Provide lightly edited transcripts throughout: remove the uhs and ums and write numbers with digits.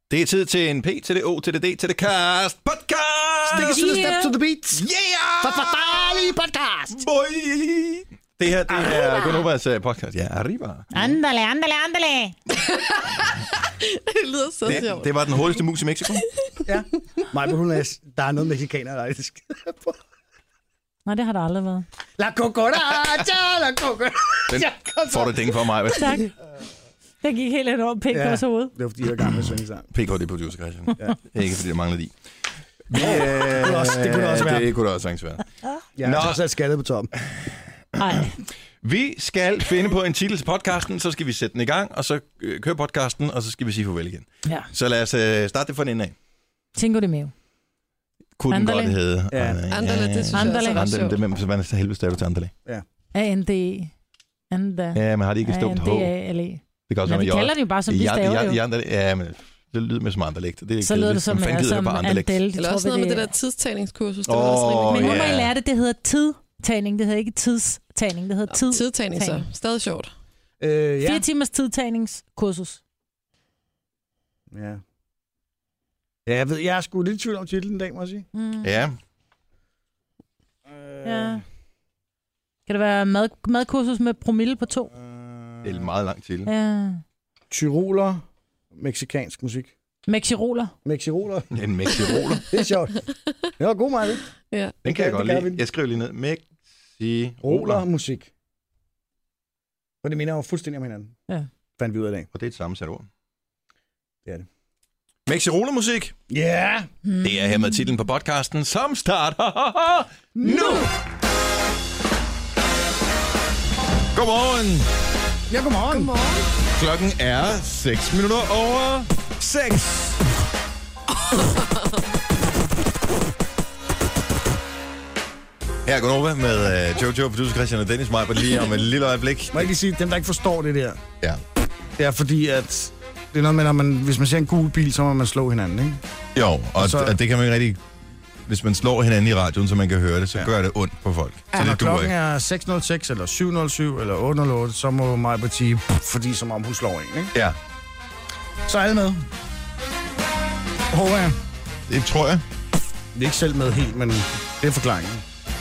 Det er tid til en P, til det O, til det D, til det cast. Podcast! Stick to the step to the beat. Yeah! Farlig podcast. Boy! Det her, det er Gonovas podcast. Ja, arriba. Andale. Det lyder så sjovt. Det var den hurtigste mus i Mexico. Ja. Maja, der er noget mexikaner, der er faktisk. Nej, det har der aldrig været. La cucaracha, la cucaracha. Den får du ding for mig. Tak. Det gik helt lidt over PK's hoved. Det var fordi, jeg var gammel med syngesang. PK, det er producer, Christian. Ja. Ikke fordi, der mangler de. Det kunne også være. Det kunne da også sagtens være. Jeg har også skattet på toppen. Nej. Vi skal finde på en titel til podcasten, så skal vi sætte den i gang, og så køre podcasten, og så skal vi sige farvel igen. Ja. Så lad os starte det fra en ende af. Cinco de Mayo. Kunne den Andale. godt hedde. Ja. Andale, det synes jeg også er ret sjovt. Andale, det er hvem så helvede stadig til Andale. Ja. A-N-D-E. Anda. Ja, men har de ikke stået H? A-N-D-A-L-E. Det kan også Men vi kalder det jo bare, som de staver jo. Ja, men det lyder med som Andalekt. Så lyder det som Andel. Eller også noget med det der tidstagningskursus. Det Men nu må I lære det hedder tidtagning. Det hedder ikke tidstagning, det hedder tid. Tidtagning så. Stadig sjovt. 4 timers tidtagningskursus. Ja. Ja, jeg er sgu lidt i tvivl om titlen i dag, må jeg sige. Ja. Ja. Kan det være madkursus med promille på 2? Det er meget lang til. Ja. Tyroler, mexikansk musik. Mexiroler. Mexiroler. En mexiroler. Det er sjovt. Det var god, Maja. Ja. Den kan jeg godt lide. Jeg skriver lige ned. Mexiroler musik. For det minder jo fuldstændig om hinanden. Ja. Fandt vi ud af i dag. Og det er et sammensat ord. Det er det. Mexiroler musik. Ja! Yeah. Det er her med titlen på podcasten, som starter nu. Godmorgen. Ja, godmorgen. Godmorgen. Klokken er 6 minutter over 6. Her er Gonova med Jojo, producer Christian og Dennis Meibert lige om et lille øjeblik. Må jeg lige sige, dem der ikke forstår det der, Ja. det er fordi, at det er noget med, hvis man ser en gul bil, så må man slå hinanden, ikke? Jo, og så, det kan man ikke rigtig... Hvis man slår hinanden i radioen, så man kan høre det, så gør det ondt på folk. Ja, så når det duer klokken ikke. er 6.06, eller 7.07, eller 8.08, så må Meibert sige, fordi som om hun slår en, ikke? Ja, Så er alle med. Håber jeg. det tror jeg. Det er ikke selv med helt, men det er forklaringen.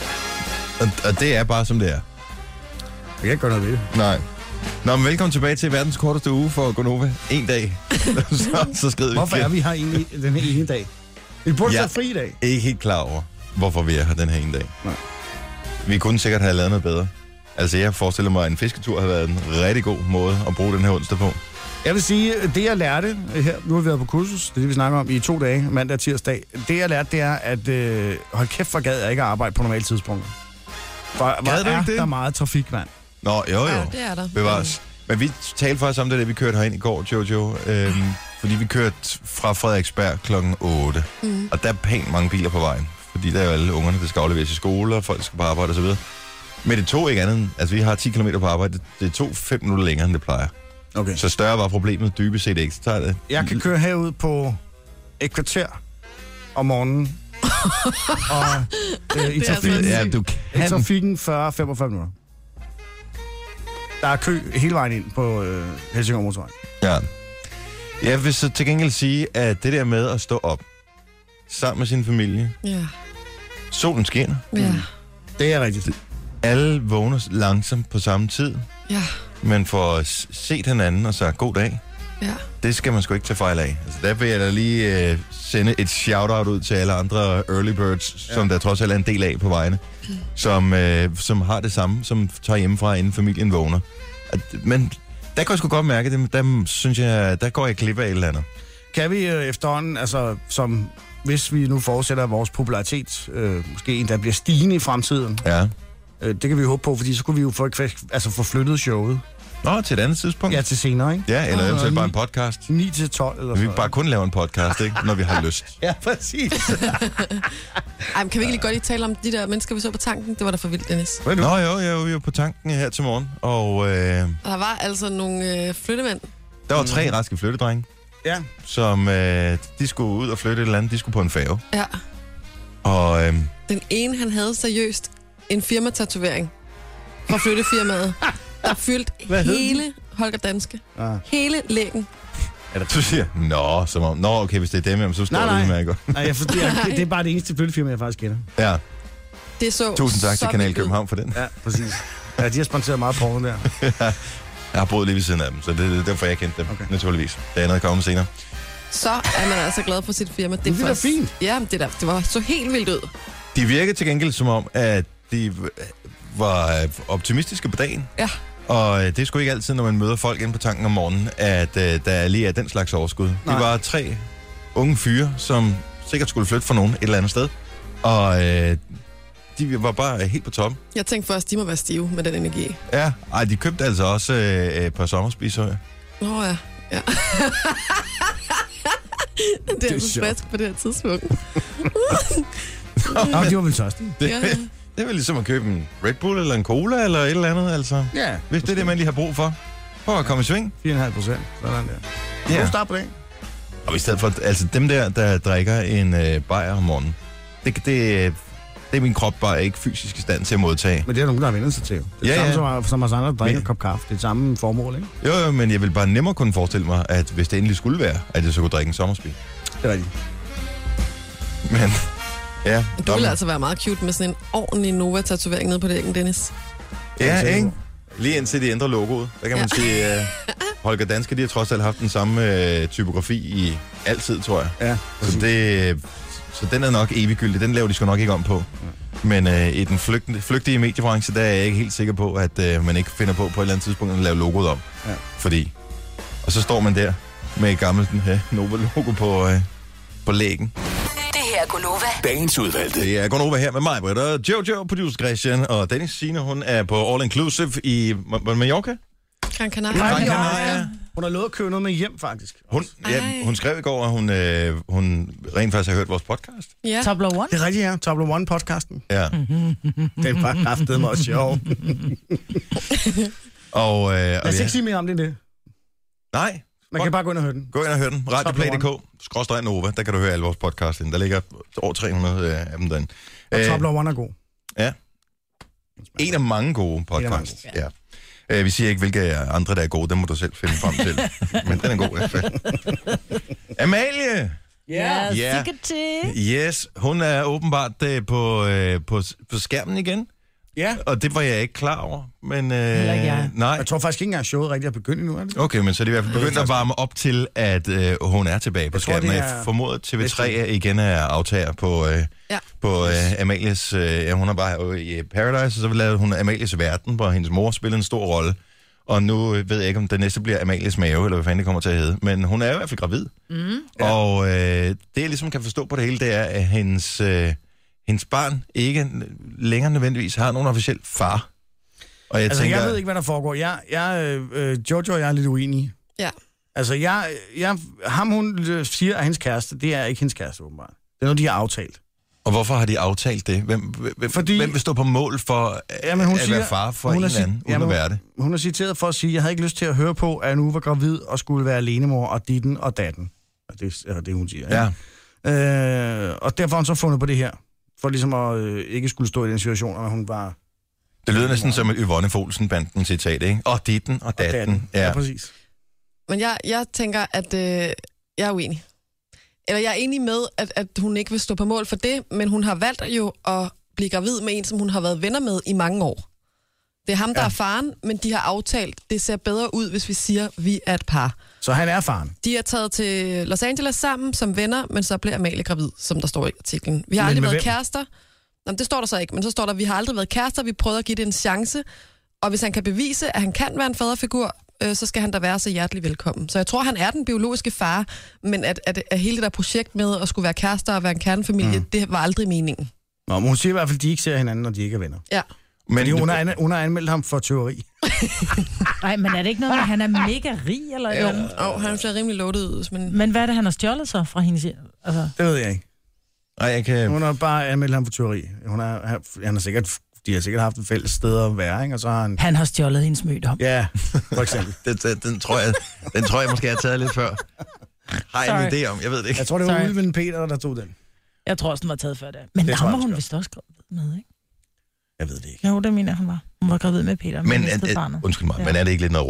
Og det er bare, som det er. Jeg kan ikke gøre noget ved det. Nej. Nå, men velkommen tilbage til verdens korteste uge for Gonova. En dag. så skrider vi. Hvorfor er vi her egentlig den her ene dag? Vi burde tage fri i dag. Jeg er ikke helt klar over, hvorfor vi er her den her ene dag. Nej. Vi kunne sikkert have lavet noget bedre. Altså, jeg forestiller mig, at en fisketur har været en rigtig god måde at bruge den her onsdag på. Jeg vil sige, det jeg lærte her, nu har vi været på kursus, det er det, vi snakker om i 2 dage, mandag og tirsdag. Det jeg lærte, det er, at hold kæft for gad jeg ikke at arbejde på normale tidspunkter. Hvor er der meget trafik, mand. Nå, jo. Ja, det er der. Bevares. Men vi talte faktisk om det, da vi kørte herind i går, Jojo. Fordi vi kørte fra Frederiksberg klokken 8. Og der er pænt mange biler på vejen. Fordi der er jo alle ungerne, der skal afleveres i skole, og folk skal på arbejde osv. Men det tog ikke andet. Altså, vi har 10 km på arbejde. Det tog 5 minutter længere, end det plejer. Okay. Så større var problemet dybest set ikke. Så tager det. Jeg kan køre herud på et kvarter om morgenen. Og i trafikken, Ja, du i kan. trafikken 40-45 minutter. Der er kø hele vejen ind på Helsingør Motorvej. Ja. Jeg vil så til gengæld sige, at det der med at stå op sammen med sin familie, Ja. solen skinner, Ja. Det er rigtigt. alle vågner langsomt på samme tid, Ja. man får set hinanden og sagt god dag. Ja. Det skal man sgu ikke tage fejl af. Altså, der vil jeg da lige sende et shout-out ud til alle andre early birds, som der trods alt er en del af på vejene, som har det samme, som tager hjemmefra, inden familien vågner. Men der kan jeg sgu godt mærke det, der synes jeg, der går jeg glip af et eller andet. Kan vi efterhånden, altså som hvis vi nu fortsætter vores popularitet, måske en, der bliver stigende i fremtiden, Ja. det kan vi håbe på, fordi så kunne vi jo få flyttet showet. Nå, til et andet tidspunkt. Ja, til senere, ikke? Ja, eller eventuelt bare en podcast. 9-12 eller sådan. Vi vil bare kun lave en podcast, ikke? Når vi har lyst. Ja, præcis. Ej, men kan vi ikke lige godt lige tale om de der mennesker, vi så på tanken? Det var da for vildt, Dennis. Nå jo, jeg var jo på tanken her til morgen, og Der var altså nogle flyttemænd. der var 3 raske flyttedrenge, Ja. som de skulle ud og flytte et eller andet. De skulle på en færge. Ja. Og Den ene, han havde seriøst en firmatatovering fra flyttefirmaet, der fyldte Hvad hed hele Holger Danske. Ah. Hele lægen. Du siger, som om, okay, hvis det er dem, så står det udmærket godt. Nej, det er bare det eneste flyttefirma, jeg faktisk kender. Ja. Det er så. Tusind tak til Kanal København for den. Ja, præcis. Ja, de har sponsoreret meget porno der. Jeg har boet lige ved siden af dem, så det er derfor, jeg kendte dem, naturligvis. Det andet kommer senere. Så er man altså glad for sit firma. Det er fint. Ja, det var så helt vildt ud. De virkede til gengæld som om, at de var optimistiske på dagen. Ja. Og det er sgu ikke altid, når man møder folk inde på tanken om morgenen, at der lige er den slags overskud. Nej. De var 3 unge fyre, som sikkert skulle flytte fra nogen et eller andet sted. Og de var bare helt på top. Jeg tænkte først, de må være stive med den energi. Ja, de købte altså også et par sommerspisøjer. Ja. Det er altså frisk på det her tidspunkt. De var vel tørstige. Det er vel ligesom at købe en Red Bull eller en cola eller et eller andet, altså. Ja. Hvis det er det, man lige har brug for. For at komme i sving. 4,5%. Sådan der. Ja. God start på det. Og i stedet for, altså dem der drikker en bajer om morgenen, det er min krop bare ikke fysisk i stand til at modtage. Men det er nogen, der har vendt sig til. Det er det samme som os andre, der drikker en kop kaffe. Det er det samme formål, ikke? Jo, men jeg vil bare nemmere kunne forestille mig, at hvis det endelig skulle være, at jeg så kunne drikke en sommerspil. Det er rigtigt. Men, ja. Du ville altså være meget cute med sådan en ordentlig Nova-tatovering nede på dækken, Dennis. Ja, ikke? Lige indtil de ændrer logoet. Der kan man sige, Holger Danske, de har trods alt haft den samme typografi i altid, tror jeg. Ja. Så den er nok eviggyldig. Den laver de sgu nok ikke om på. Men i den flygtige mediebranche, der er jeg ikke helt sikker på, at man ikke finder på et eller andet tidspunkt at lave logoet om. Ja. Fordi... Og så står man der med et gammelt Nova-logo på lægen. Det her er Gonova. Dagens udvalgte. Det er Gonova her med mig, Britt, og Jojo, producer Christian, og Dennis Signe, hun er på All Inclusive i Mallorca. Gran Canaria. Hun har lovet at købe noget med hjem, faktisk. Hun skrev i går, at hun rent faktisk har hørt vores podcast. Ja. Tobler One? Det er rigtigt, ja. Tobler One-podcasten. Ja. Den var kraftet mig også sjov. Og lad os ikke sige mere om det end det. Nej. Man kan bare gå ind og høre den. Gå ind og høre den. Radioplay.dk/Nova. Der kan du høre alle vores podcasts. Der ligger over 300 af dem derinde. Og Tobler One er god. Ja. En af mange gode podcasts. Ja. Vi siger ikke, hvilke andre, der er gode. Dem må du selv finde frem til. Men den er god i hvert fald. Amalie! Ja, sikkert til. Yes, hun er åbenbart på skærmen igen. Ja. Og det var jeg ikke klar over. Men, nej. Jeg tror faktisk ikke engang, showet rigtig er begyndt endnu. Okay, men så er det i hvert fald begyndt at varme op til, at hun er tilbage på skærmen. Jeg formoder, TV3 igen er aftager på Amalies... hun er bare i Paradise, og så lavede hun Amalies Verden, hvor hendes mor spillede en stor rolle. Og nu ved jeg ikke, om det næste bliver Amalies Mave, eller hvad fanden det kommer til at hedde. Men hun er i hvert fald gravid. Og det, jeg ligesom kan forstå på det hele, det er, at hendes barn ikke længere nødvendigvis har nogen officiel far. Og jeg tænker... jeg ved ikke, hvad der foregår. Jojo og jeg er lidt uenige. Ja. Altså, ham hun siger, at hendes kæreste, det er ikke hendes kæreste, åbenbart. Det er noget, de har aftalt. Og hvorfor har de aftalt det? Hvem vil stå på mål for at være far for en eller anden, uden at være det? Hun er citeret for at sige, at jeg havde ikke lyst til at høre på, at hun var gravid og skulle være alenemor og ditten og datten. Og det er det, hun siger. Ja. Og derfor har hun så fundet på det her. For ligesom at ikke skulle stå i den situation, og hun var... Det lyder næsten som et Yvonne Folsen-banden citat, ikke? Og ditten og datten. Ja, præcis. Men jeg tænker, at jeg er uenig. Eller jeg er enig med, at hun ikke vil stå på mål for det, men hun har valgt jo at blive gravid med en, som hun har været venner med i mange år. Det er ham, der er faren, men de har aftalt, det ser bedre ud, hvis vi siger, at vi er et par. Så han er faren? De er taget til Los Angeles sammen som venner, men så bliver Amalie gravid, som der står i artiklen. Vi har aldrig været kærester. Nå, det står der så ikke, men så står der, at vi har aldrig været kærester, vi prøvede at give det en chance, og hvis han kan bevise, at han kan være en faderfigur, så skal han da være så hjertelig velkommen. Så jeg tror, han er den biologiske far, men at hele det der projekt med at skulle være kærester og være en kernefamilie, det var aldrig meningen. Nå, men hun siger i hvert fald, at de ikke ser hinanden, når de ikke er venner. Ja. Men hun har anmeldt ham for tyveri. Nej, men er det ikke noget med, at han er mega rig? Eller han ser rimelig lottet ud. Men hvad er det, han har stjålet så fra hendes... Altså... Det ved jeg ikke. Nej, jeg kan... Hun har bare anmeldt ham for tyveri. De har sikkert haft et fælles sted at være, ikke? Og så har han... Han har stjålet hendes mødom. Ja, for eksempel. den tror jeg måske, jeg har taget lidt før. Har jeg en idé om? Jeg ved det ikke. Jeg tror, det var Ulven Peter, der tog den. Jeg tror også, den var taget før det. Men ham var hun vist også gravid med, ikke? Jeg ved det ikke. Jo, det mener hun var. Hun var gravid med Peter. Men undskyld mig, men er det ikke lidt noget råd?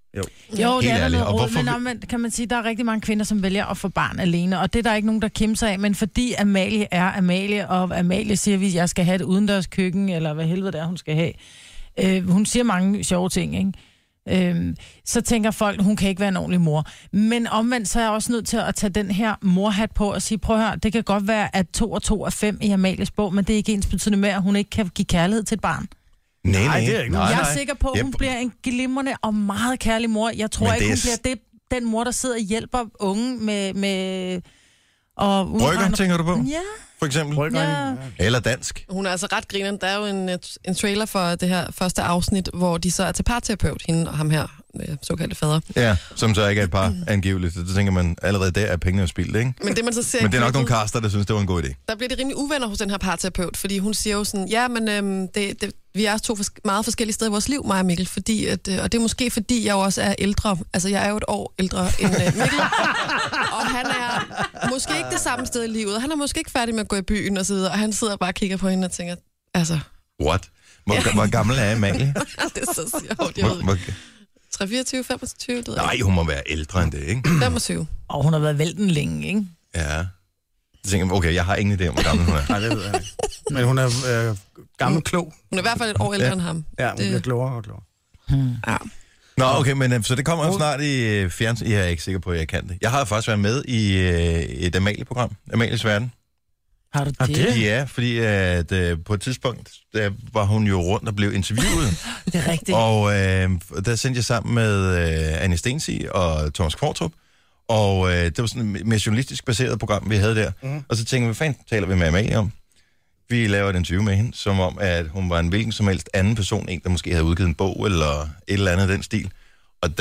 Jo, det er noget råd, men omvendt kan man sige, der er rigtig mange kvinder, som vælger at få barn alene, og det er der ikke nogen, der kimser af, men fordi Amalie er Amalie, og Amalie siger, at jeg skal have et udendørs køkken, eller hvad helvede det er, hun skal have. Hun siger mange sjove ting, ikke? Så tænker folk, hun kan ikke være en ordentlig mor. Men omvendt, så er jeg også nødt til at tage den her morhat på og sige, prøv at høre, det kan godt være, at 2 og 2 er 5 i Amalies bog, men det er ikke ens betydende med, at hun ikke kan give kærlighed til et barn. Nej, det er ikke noget. Jeg er sikker på, at hun bliver en glimrende og meget kærlig mor. Jeg tror ikke, hun bliver den mor, der sidder og hjælper unge med Brygger, tænker du på? Ja. For eksempel? Ja. Eller dansk? Hun er altså ret grineren. Der er jo en trailer for det her første afsnit, hvor de så er til parterapeut, hende og ham her, såkaldte fader. Ja, som så ikke er et par angiveligt. Så tænker man, allerede der er pengene spildt, ikke? Men det, man så ser, men det er nok nogle caster, der synes, det var en god idé. Der bliver det rimelig uvenner hos den her parterapeut, fordi hun siger jo sådan, ja, men vi er 2 meget forskellige steder i vores liv, mig og Mikkel, fordi og det er måske fordi, jeg jo også er ældre. Altså, jeg er jo et år ældre end Mikkel. Og han er måske ikke det samme sted i livet, og han er måske ikke færdig med at gå i byen og så videre, og han sidder bare og kigger på hende og tænker, altså... What? Hvor gammel er Amalie? Det er så sjovt, 3, 24, 25, det nej, hun må være ældre end det, ikke? 25. Og hun har været vælten længe, ikke? Ja. Jeg tænker, okay, jeg har ingen idé om, hvor gammel hun er. Nej, det ved jeg ikke. Men hun er gammel klog. Hun er i hvert fald et år ældre end ham. Ja, hun bliver klogere og klogere. Ja. Nå, okay, men så det kommer jo snart i fjernsyn. Jeg er ikke sikker på, at jeg kan det. Jeg har faktisk været med i et Amalie-program. Amalies Verden. Har du det? Ja, fordi på et tidspunkt, der var hun jo rundt og blev interviewet. Det er rigtigt. Og der sendte jeg sammen med Anne Stensi og Thomas Kvartrup. Og det var sådan et mere journalistisk baseret program, vi havde der. Og så tænkte vi, hvad fanden taler vi med Amalie om? Vi laver et interview med hende, som om, at hun var en hvilken som helst anden person, en, der måske havde udgivet en bog eller et eller andet af den stil. Og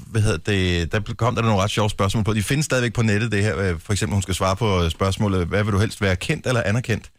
der kom der nogle ret sjove spørgsmål på. De findes stadigvæk på nettet, det her. For eksempel, hun skal svare på spørgsmålet, hvad vil du helst være, kendt eller anerkendt?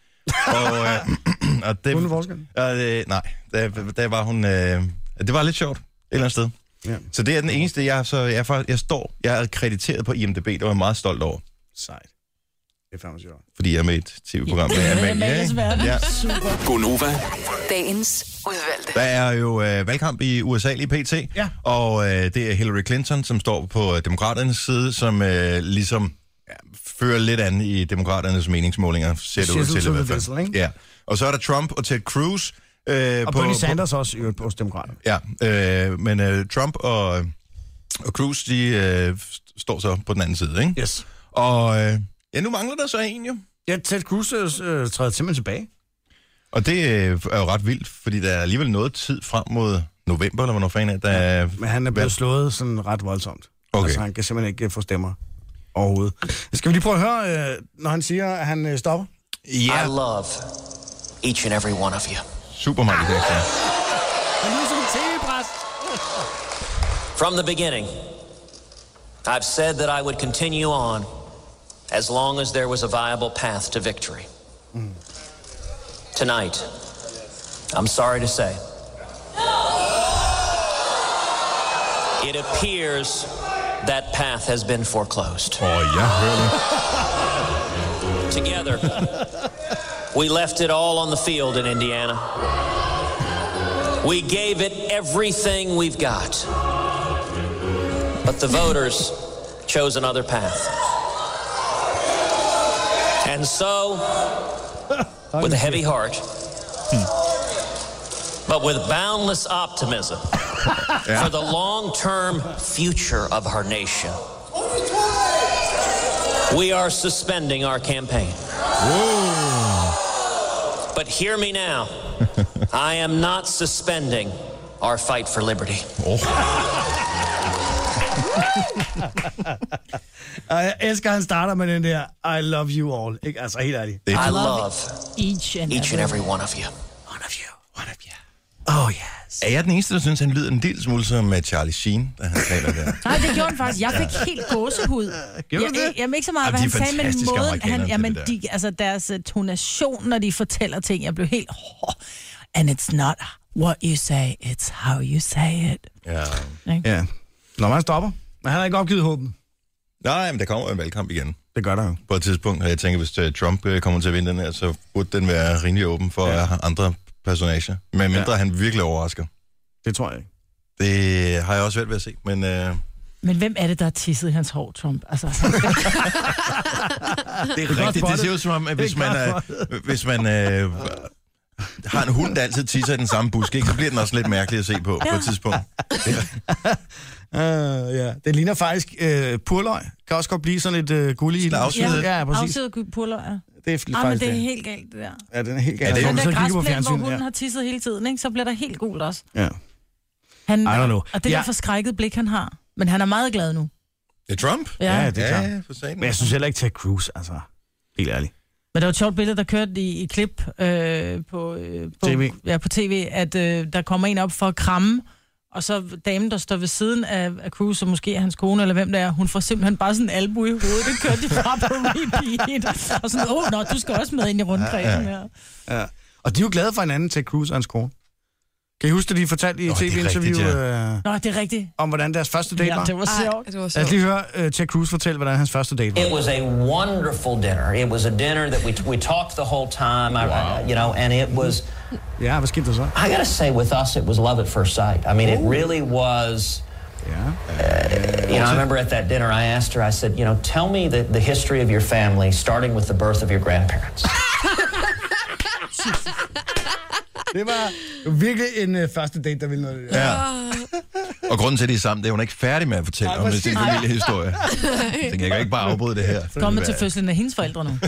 Og det... Hun er forskellen? Nej, der var hun... det var lidt sjovt, et eller andet sted. Ja. Så det er den eneste, jeg er krediteret på IMDb, det var jeg meget stolt over. Sejt. Det er fandme sjovt. Fordi jeg er med i et tv-program med Amalie. Ja. Super. Godnova. Dagens udvalgte. Der er jo valgkamp i USA lige pt. Ja. Og det er Hillary Clinton, som står på demokraternes side, som ligesom fører lidt an i demokraternes meningsmålinger. Ser det ud til i hvert fald. Ja. Og så er der Trump og Ted Cruz. Og Bernie Sanders også hos demokraterne. Ja, men Trump og Cruz, de står så på den anden side, ikke? Yes. Og nu mangler der så en jo. Ja, Ted Cruz træder simpelthen tilbage. Og det er jo ret vildt, fordi der er alligevel noget tid frem mod november, eller hvornår fanden er. Men han er blevet slået sådan ret voldsomt. Okay. Altså, han kan simpelthen ikke få stemmer overhovedet. Skal vi lige prøve at høre, når han siger, at han stopper? Yeah. I love each and every one of you. Super Michael Jackson. Han lyder som en tv-præst. From the beginning, I've said that I would continue on as long as there was a viable path to victory. Tonight, I'm sorry to say, it appears that path has been foreclosed. Jeg hører det. Together, we left it all on the field in Indiana. We gave it everything we've got. But the voters chose another path. And so, with a heavy heart, but with boundless optimism for the long-term future of our nation, we are suspending our campaign. But hear me now. I am not suspending our fight for liberty. Jeg elsker, at han starter med den der I love you all. Ikke? Altså, helt ærligt. I love each and every one of you. One of you. Oh, yes. Er jeg den eneste, der synes, han lyder en lille smule som Charlie Sheen, da han taler der? Nej, det gjorde han faktisk. Jeg fik helt gåsehud. Jamen ikke så meget, hvad han sagde, men måden, deres tonation, når de fortæller ting, jeg blev helt... And it's not what you say, it's how you say it. Ja. Når man stopper. Men han har ikke opgivet håben. Nej, men der kommer en valgkamp igen. Det gør der jo. På et tidspunkt, og jeg tænker, hvis Trump kommer til at vinde den her, så burde den være rimelig åben for andre personager. Men mindre han virkelig overrasker. Det tror jeg ikke. Det har jeg også svært ved at se, men... Men hvem er det, der har tisset i hans hår, Trump? Altså, det er rigtigt. Det ser ud som om, at hvis man har en hund, der altid tisser i den samme busk, ikke, så bliver den også lidt mærkelig at se på et tidspunkt. Ja. Det ligner faktisk purløg. Kan også godt blive sådan et gullig i den. Ja, præcis. Afsidet purløg, ja. Det er faktisk men det er helt galt, det der. Ja, den er helt galt. Ja, den der græsplæne, hvor hunden har tisset hele tiden, ikke? Så bliver der helt gult også. Ja. Han, I don't know. Og det der forskrækket blik, han har. Men han er meget glad nu. Det er Trump? Ja, det er klart. Men jeg synes heller ikke Ted Cruz, altså. Helt ærligt. Men der var et sjovt billede, der kørte i klip på TV. Ja, på tv, at der kommer en op for at kramme, og så damen, der står ved siden af Cruz, og måske er hans kone, eller hvem det er, hun får simpelthen bare sådan en albu i hovedet. Det kørte de bare på repeat. Og sådan, du skal også med ind i rundkredsen her. Ja. Og de er jo glade for hinanden, Ted Cruz og hans kone. Kan I huske, at de fortalte i tv-interview Nå, det er rigtigt. Om hvordan deres første date var? Ja, det var sjovt. Det var sjovt. Lad os lige høre Ted Cruz fortælle, hvordan hans første date var. It was a wonderful dinner. It was a dinner that we talked the whole time, and it was... Ja, hvad skete der så? I gotta say, with us, it was love at first sight. I mean, it really was... I remember at that dinner, I asked her, I said, tell me the history of your family, starting with the birth of your grandparents. Det var virkelig en første date, der ville noget. Ja. Og grunden til, at de er sammen, det er hun ikke færdig med at fortælle om sin familiehistorie. Så jeg kan ikke bare afbryde det her. Kommer til fødslen af hendes forældre nu.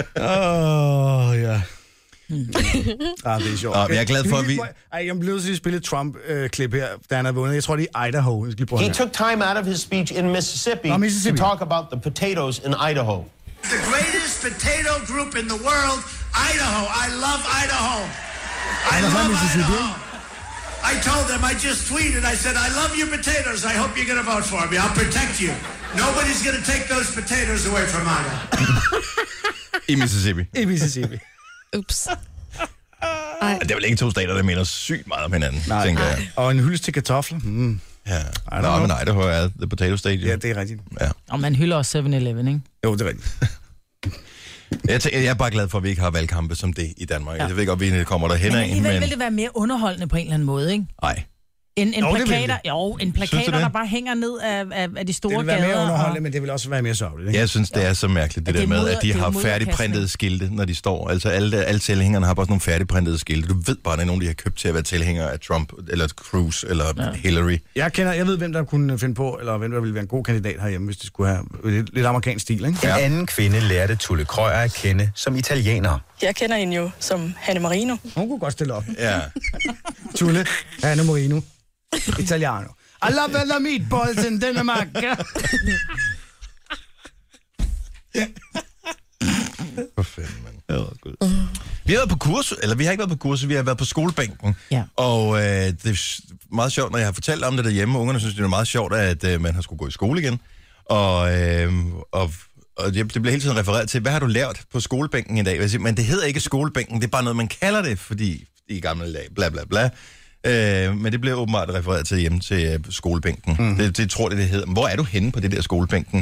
Ja. Det er sjovt. Jeg er glad for, at vi... Jeg blev til at spille et Trump-klip her, da han har vundet. Jeg tror, det er Idaho. He took time out of his speech in Mississippi to talk about the potatoes in Idaho. The greatest potato group in the world, Idaho. I love Idaho. I love Idaho. I told them, I just tweeted, I said, I love your potatoes. I hope you're going to vote for me. I'll protect you. Nobody's going to take those potatoes away from Idaho. I Mississippi. I Mississippi. Ups. Det er vel ikke 2 stater, der minder sygt meget om hinanden, tænker jeg. Og en hyldest til kartofler. Ja. Men Idaho er the potato state. Ja, det er rigtigt. Ja. Og man hylder også 7-Eleven, ikke? Jo, det er rigtigt. Jeg er bare glad for, at vi ikke har valgkampe som det i Danmark. Ja. Jeg ved ikke, om vi kommer derhen af. Men vil det være mere underholdende på en eller anden måde, ikke? Nej. En plakater, der bare hænger ned af de store gader. Det vil være mere underholdende, men det vil også være mere sørgeligt, ikke? Jeg synes, det er så mærkeligt, det der med, at de har færdigprintede skilte, når de står. Altså alle tilhængerne har bare sådan nogle færdigprintede skilte. Du ved bare, at nogen, de har købt til at være tilhængere af Trump, eller Cruz, eller Hillary. Jeg ved, hvem der kunne finde på, eller hvem der ville være en god kandidat herhjemme, hvis de skulle have lidt amerikansk stil, ikke? En anden kvinde lærte Tulle Krøyer at kende som italiener. Jeg kender hende jo som Hanne Marino. Hun kunne godt stille op. Ja. Tulle, Hanne Marino. Italiano. I love the meatballs in Denmark. Hvor fanden, mand. Vi har været på kursus, eller vi har ikke været på kursus, vi har været på skolebænken. Ja. Og det er meget sjovt, når jeg har fortalt om det derhjemme. Ungerne synes, det er meget sjovt, at man har skulle gå i skole igen. Og det bliver hele tiden refereret til, hvad har du lært på skolebænken i dag? Men det hedder ikke skolebænken, det er bare noget, man kalder det, fordi i gamle dage, bla bla bla. Men det bliver åbenbart refereret til hjemme til skolebænken. Det tror det hedder. Hvor er du henne på det der skolebænken?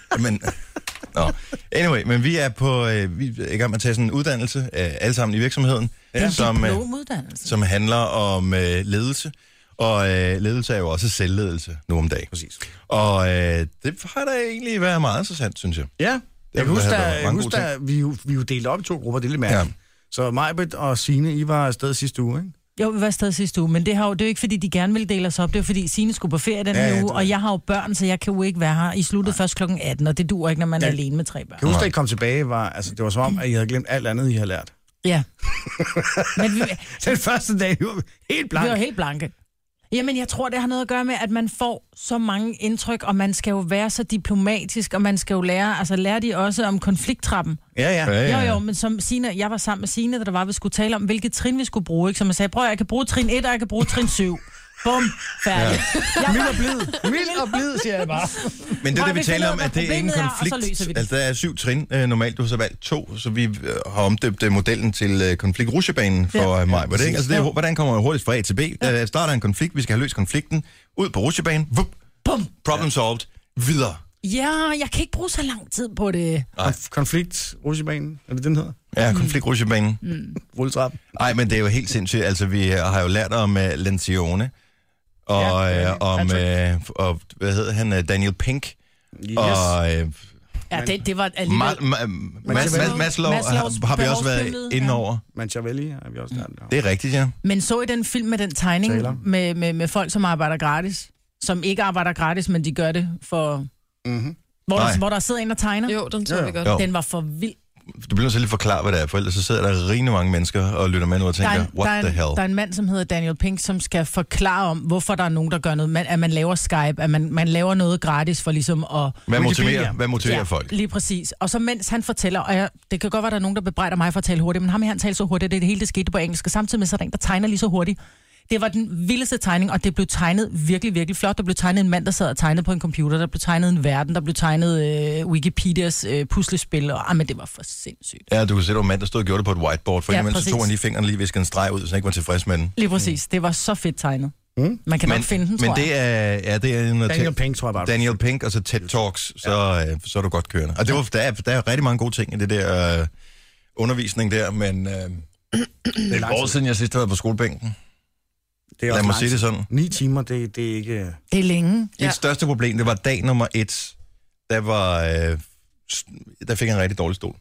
Anyway, men vi er i gang med at tage sådan en uddannelse, alle sammen i virksomheden, som handler om ledelse. Og ledelse er jo også selvledelse nu om dagen. Præcis. Og det har da egentlig været meget interessant, synes jeg. Ja, jeg husker, at vi jo delt op i 2 grupper, det er lidt mærkeligt. Ja. Så Majbrit og Signe, I var afsted sidste uge, ikke? Jo, vi var afsted sidste uge, men det er jo ikke, fordi de gerne vil dele os op. Det er fordi Signe skulle på ferie den her uge, og jeg har jo børn, så jeg kan jo ikke være her. I sluttede først kl. 18, og det duer ikke, når man er alene med 3 børn. Kan du huske, at I kom tilbage, det var som om, at I havde glemt alt andet, I havde lært? Ja. Men den første dag, vi var helt blanke. Vi var helt blanke. Jamen, jeg tror, det har noget at gøre med, at man får så mange indtryk, og man skal jo være så diplomatisk, og man skal jo lære de også om konflikttrappen. Ja. Jo, men som Signe, jeg var sammen med Signe, da der var, vi skulle tale om, hvilket trin vi skulle bruge, ikke? Så man sagde, prøv, jeg kan bruge trin 1, og jeg kan bruge trin 7. Bum, færdig. Ja. Mild og blid, siger jeg bare. Men det vi taler om, at det er ingen konflikt. Altså, der er 7 trin. Normalt, du har så valgt 2, så vi har omdøbt modellen til konflikt-rutsjebanen for mig. Altså, hvordan kommer man hurtigt fra A til B? Der starter en konflikt, vi skal have løst konflikten. Ud på rutsjebanen. Bum. Problem solved. Videre. Ja, jeg kan ikke bruge så lang tid på det. Konflikt-rutsjebanen, er det den hedder? Ja, konflikt-rutsjebanen. Rulletrappen. Nej, men det er jo helt sindssygt. Altså, vi har jo lært om Lencioni. og og hvad hedder han, Daniel Pink, yes. Og ja, det var alligevel... Maslow har vi også været inde over. Machiavelli har vi også der. Det er rigtigt, ja. Men så i den film med den tegning med folk, som arbejder gratis, som ikke arbejder gratis, men de gør det for... Mm-hmm. Hvor der sidder en og tegner. Jo, den tror vi godt. Den var for vild. Du bliver så lige forklare, hvad det er, for ellers så sidder der rigtig mange mennesker og lytter med nu og tænker, what the hell? Der er en mand, som hedder Daniel Pink, som skal forklare om, hvorfor der er nogen, der gør noget. At man laver Skype, at man laver noget gratis for ligesom at... Hvad motiverer folk? Lige præcis. Og så mens han fortæller, og det kan godt være, der er nogen, der bebrejder mig for at tale hurtigt, men ham her, han taler så hurtigt, det hele det skete på engelsk, og samtidig med så er der en, der tegner lige så hurtigt. Det var den vildeste tegning, og det blev tegnet virkelig, virkelig flot. Der blev tegnet en mand, der sad og tegnede på en computer. Der blev tegnet en verden. Der blev tegnet Wikipedias puslespil. Men det var for sindssygt. Ja, du kan se, der var en mand, der stod og gjorde det på et whiteboard. For imens så tog han lige fingrene lige viskede en streg ud, så han ikke var tilfreds med den. Lige præcis. Det var så fedt tegnet. Man kan nok finde den, tror jeg. Men det er en... Daniel Pink, tror jeg bare. Daniel Pink, og så TED Talks, så er du godt kørende. Og der er rigtig mange gode ting i det der undervisning der, men det er et år siden, jeg sidst har været på skolebænken. Lad mig sige det sådan. 9 timer, det er ikke... Det er længe. Det største problem, det var dag nummer 1. Der fik jeg en rigtig dårlig stol.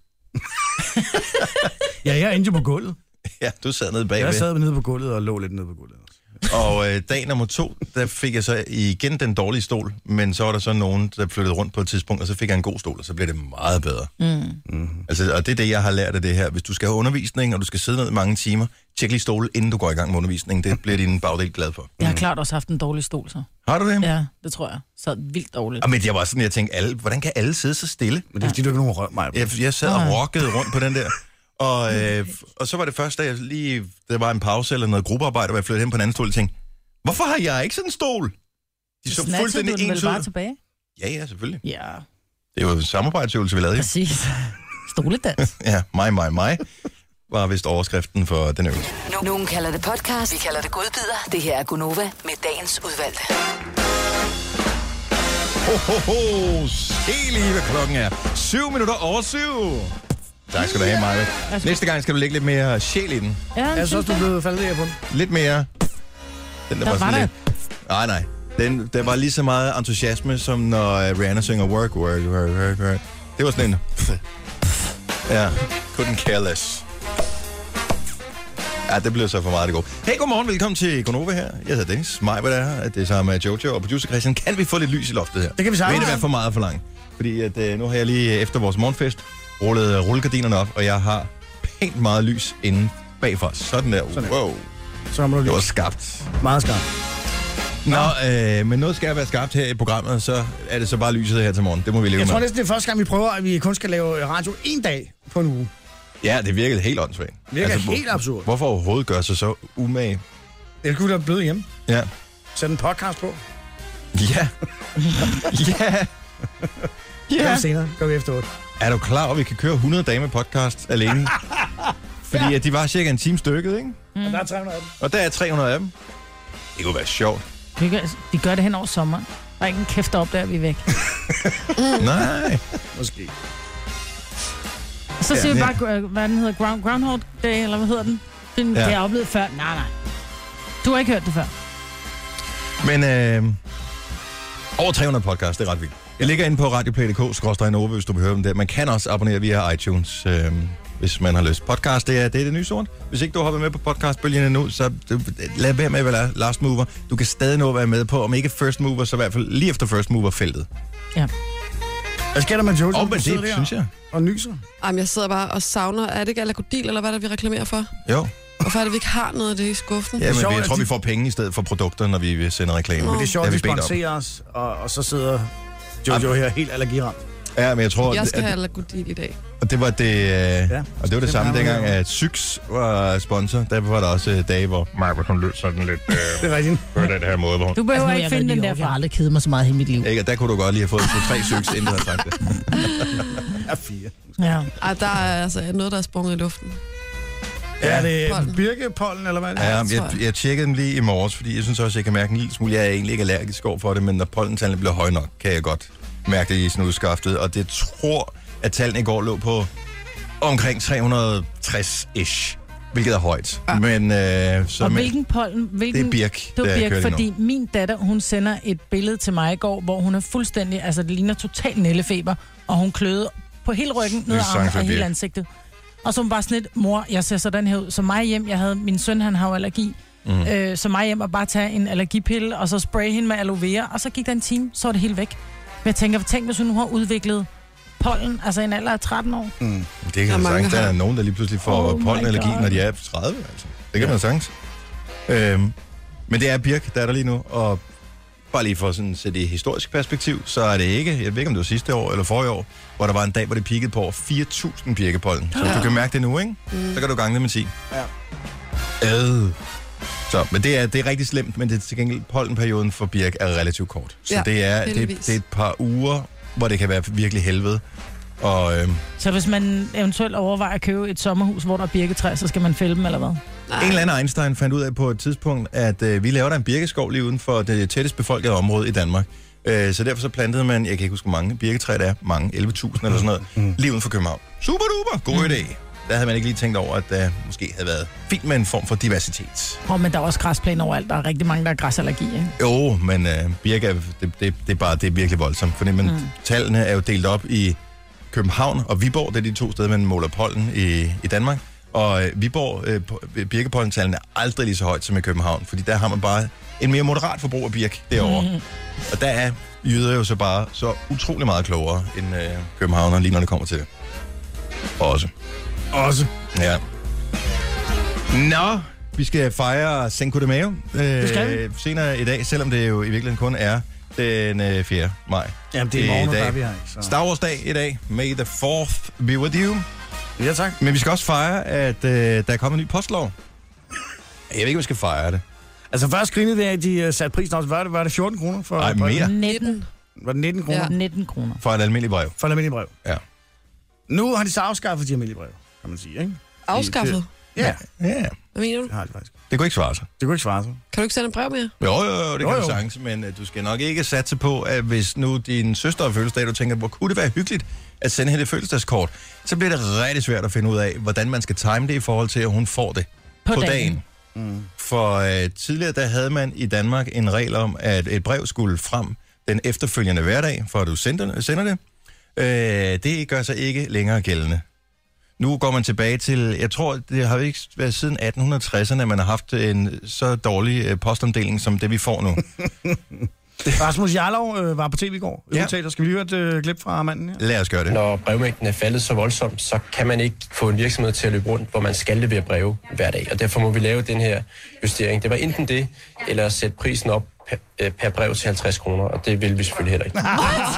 Ja, jeg endte på gulvet. Ja, du sad nede bagved. Jeg sad nede på gulvet og lå lidt nede på gulvet. Og dag nummer 2, der fik jeg så igen den dårlige stol, men så var der så nogen, der flyttede rundt på et tidspunkt, og så fik jeg en god stol, og så blev det meget bedre. Altså, og det er det, jeg har lært af det her. Hvis du skal have undervisning, og du skal sidde ned i mange timer, tjek lige stole, inden du går i gang med undervisningen. Det bliver din bagdel glad for. Jeg har klart også haft en dårlig stol, så. Har du det? Ja, det tror jeg. Så vildt dårligt. Men jeg var sådan, jeg tænkte, hvordan kan alle sidde så stille? Men det er fordi, du ikke nogen røv mig. Jeg sad og rockede rundt på den der. Og så var det først, da jeg lige... Der var en pause eller noget gruppearbejde, hvor jeg flyttede hen på en anden stol og tænkte, hvorfor har jeg ikke sådan en stol? De så fuldstændig ens ud. Vel bare tilbage? Ja, selvfølgelig. Ja. Det var en samarbejdsøvelse, vi lavede. Præcis. Stoledans. Ja, mig var vist overskriften for den øvelse. Nogen kalder det podcast, vi kalder det godbidder. Det her er Gunova med dagens udvalgte. Se lige, hvad klokken er. 7 minutter over 7. Tak skal du have, Maja. Næste gang skal du lægge lidt mere sjæl i den. Ja, jeg synes, du blev faldet her på den. Lidt mere. Den der var sådan lidt... Nej. Der var lige så meget entusiasme, som når Rihanna synger work. Det var sådan en... Ja, couldn't care less. Ja, det blev så for meget det gode. Hey, godmorgen, velkommen til Gonova her. Jeg hedder Dennis. Mig, hvad det er. Det er sammen med Jojo og producer Christian. Kan vi få lidt lys i loftet her? Det kan vi sagtens. Vil det være for meget for langt? Fordi at, nu har jeg lige efter vores morgenfest rullet rullegardinerne op, og jeg har pænt meget lys inde bagfra. Sådan der. Wow. Så det var skarpt. Meget skarpt. Men noget skal være skarpt her i programmet, så er det så bare lyset her til morgen. Det må vi leve med. Jeg tror næsten, det er første gang, vi prøver, at vi kun skal lave radio en dag på en uge. Ja, det virkede helt åndssvagt. Det virker helt absurd. Hvorfor overhovedet gør sig så umage? Jeg kunne da blive hjemme. Ja. Sæt en podcast på. Ja. Ja. Senere går vi efter 8. Er du klar over, at vi kan køre 100 dage med podcast alene? Fordi at de var cirka en time stykket, ikke? Og der er 300 af dem. Og der er 300 af dem. Det kunne være sjovt. De gør det hen over sommeren. Der er ikke en kæft op, der vi er væk. Nej. Måske. Så siger vi bare, hvad den hedder, Groundhog Day, eller hvad hedder den? Det har jeg oplevet før. Nej. Du har ikke hørt det før. Men over 300 podcast, det er ret vildt. Jeg ligger inde på radioplay.dk/Nova, hvis du vil høre dem der. Man kan også abonnere via iTunes, hvis man har lyst. Podcast, det er det nye sort. Hvis ikke du har været med på podcastbølgen endnu, så lad være med at være last mover. Du kan stadig nå at være med på, om ikke first mover, så i hvert fald lige efter first mover-feltet. Ja. Hvad sker der med Jojo? Men det synes jeg. Og nyser. Jeg sidder bare og savner... Er det ikke Alagodil, eller hvad der vi reklamerer for? Jo. Hvorfor er det, vi ikke har noget af det i skuffen? Ja, men jeg tror, vi får penge i stedet for produkter, når vi sender reklamer. Men det er sjovt, at vi sponsorer os, og så sidder Jojo her helt allergiramt. Ja, men jeg tror... Jeg skal have Alagodil i dag. Og det var det... og det var det samme dengang, at Syx var sponsor. Der var der også dage, hvor Mark kom løs sådan lidt... det er rigtigt. På den her måde, hvor... Du behøver ikke finde den der, for jeg har aldrig kedet mig så meget i mit liv. Ikke, der kunne du godt lige have fået 2-3 Syx, inden du havde sagt det. Ja, 4. Ja. Der er altså noget, der er sprunget i luften. Er det birkepollen, eller hvad? Ja, jeg tjekkede dem lige i morges, fordi jeg synes også, jeg kan mærke en lille smule. Jeg er egentlig ikke allergisk over for det, men når pollentallene bliver høje nok, kan jeg godt mærke det i snudskaftet. Og det tror, at tallene i går lå på omkring 360-ish. hvilket er højt. Ja. Men, og hvilken pollen? Det er birk. Det er birk, fordi min datter, hun sender et billede til mig i går, hvor hun er fuldstændig, altså det ligner total nældefeber, og hun kløede på hele ryggen, ned ad armen og hele ansigtet. Og så hun bare sådan lidt, mor, jeg ser sådan her ud. Så mig hjem, min søn, han har jo allergi. Så mig hjem og bare tage en allergipille, og så spraye hende med aloe vera, og så gik der en time, så var det helt væk. Men jeg tænker, tænk hvis hun nu har udviklet pollen, altså en alder af 13 år. Det kan man sagtens. Der er nogen, der lige pludselig får pollenallergi, når de er 30. Altså. Det kan man sagtens. Men det er birk, der er der lige nu, og bare lige for sådan at sætte det i historisk perspektiv, så er det ikke, jeg ved ikke om det var sidste år eller forrige år, hvor der var en dag, hvor det peakede på over 4.000 birkepollen. Så du kan mærke det nu, ikke? Så kan du gange det med 10. Ja. Så, men det er rigtig slemt, men det er til gengæld pollenperioden for birk er relativt kort. Så det er et par uger, hvor det kan være virkelig helvede. Og, så hvis man eventuelt overvejer at købe et sommerhus, hvor der er birketræ, så skal man fælde dem, eller hvad? Nej. En eller anden Einstein fandt ud af på et tidspunkt, at vi laver der en birkeskov lige uden for det tættest befolkede område i Danmark. Så derfor så plantede man, jeg kan ikke huske, hvor mange birketræ der er, mange, 11.000 eller sådan noget, lige uden for København. Super duper, god idé. Der havde man ikke lige tænkt over, at der måske havde været fint med en form for diversitet. Men der er også græsplæne overalt. Der er rigtig mange, der har græsallergi, ikke? Jo, men birke det er virkelig voldsomt. Fordi tallene er jo delt op i København og Viborg. Det er de 2 steder, man måler pollen i Danmark. Og Viborg, birkepollentallene er aldrig lige så højt som i København. Fordi der har man bare en mere moderat forbrug af birk derovre. Og der er jyder jo så bare så utrolig meget klogere end københavner, lige når det kommer til det. Også. Ja. Nå, vi skal fejre Cinco de Mayo senere i dag, selvom det jo i virkeligheden kun er den 4. maj. Jamen, det er morgen, der vi har. Så. Star Wars dag i dag. May the 4th be with you. Ja, tak. Men vi skal også fejre, at der er kommet en ny postlov. Jeg ved ikke, om vi skal fejre det. Altså først grinede det af, at de satte prisen også. Var det 14 kroner for? Nej, mere. 19. Var det 19 kroner? Ja. 19 kroner. For et almindeligt brev. For et almindeligt brev. Ja. Nu har de så afskaffet de almindelige brev, kan man sige, ikke? Afskaffet? Ja. Hvad mener du? Det har de faktisk. Det kunne ikke svare sig. Kan du ikke sende en brev mere? Jo, det kan du sagtens, men du skal nok ikke satse på, at hvis nu din søster har fødselsdag, du tænker, hvor kunne det være hyggeligt at sende hende et fødselsdagskort, så bliver det rigtig svært at finde ud af, hvordan man skal time det i forhold til, at hun får det på dagen. For tidligere, der havde man i Danmark en regel om, at et brev skulle frem den efterfølgende hverdag, for at du sender det. Det gør sig ikke længere gældende. Nu går man tilbage til, jeg tror, det har ikke været siden 1860'erne, man har haft en så dårlig postomdeling, som det vi får nu. Rasmus Jarlov var på tv i går. Ja. Skal vi høre et klip fra manden her? Lad os gøre det. Når brevmængden er faldet så voldsomt, så kan man ikke få en virksomhed til at løbe rundt, hvor man skal levere breve hver dag. Og derfor må vi lave den her justering. Det var enten det, eller at sætte prisen op per brev til 50 kroner, og det vil vi selvfølgelig heller ikke.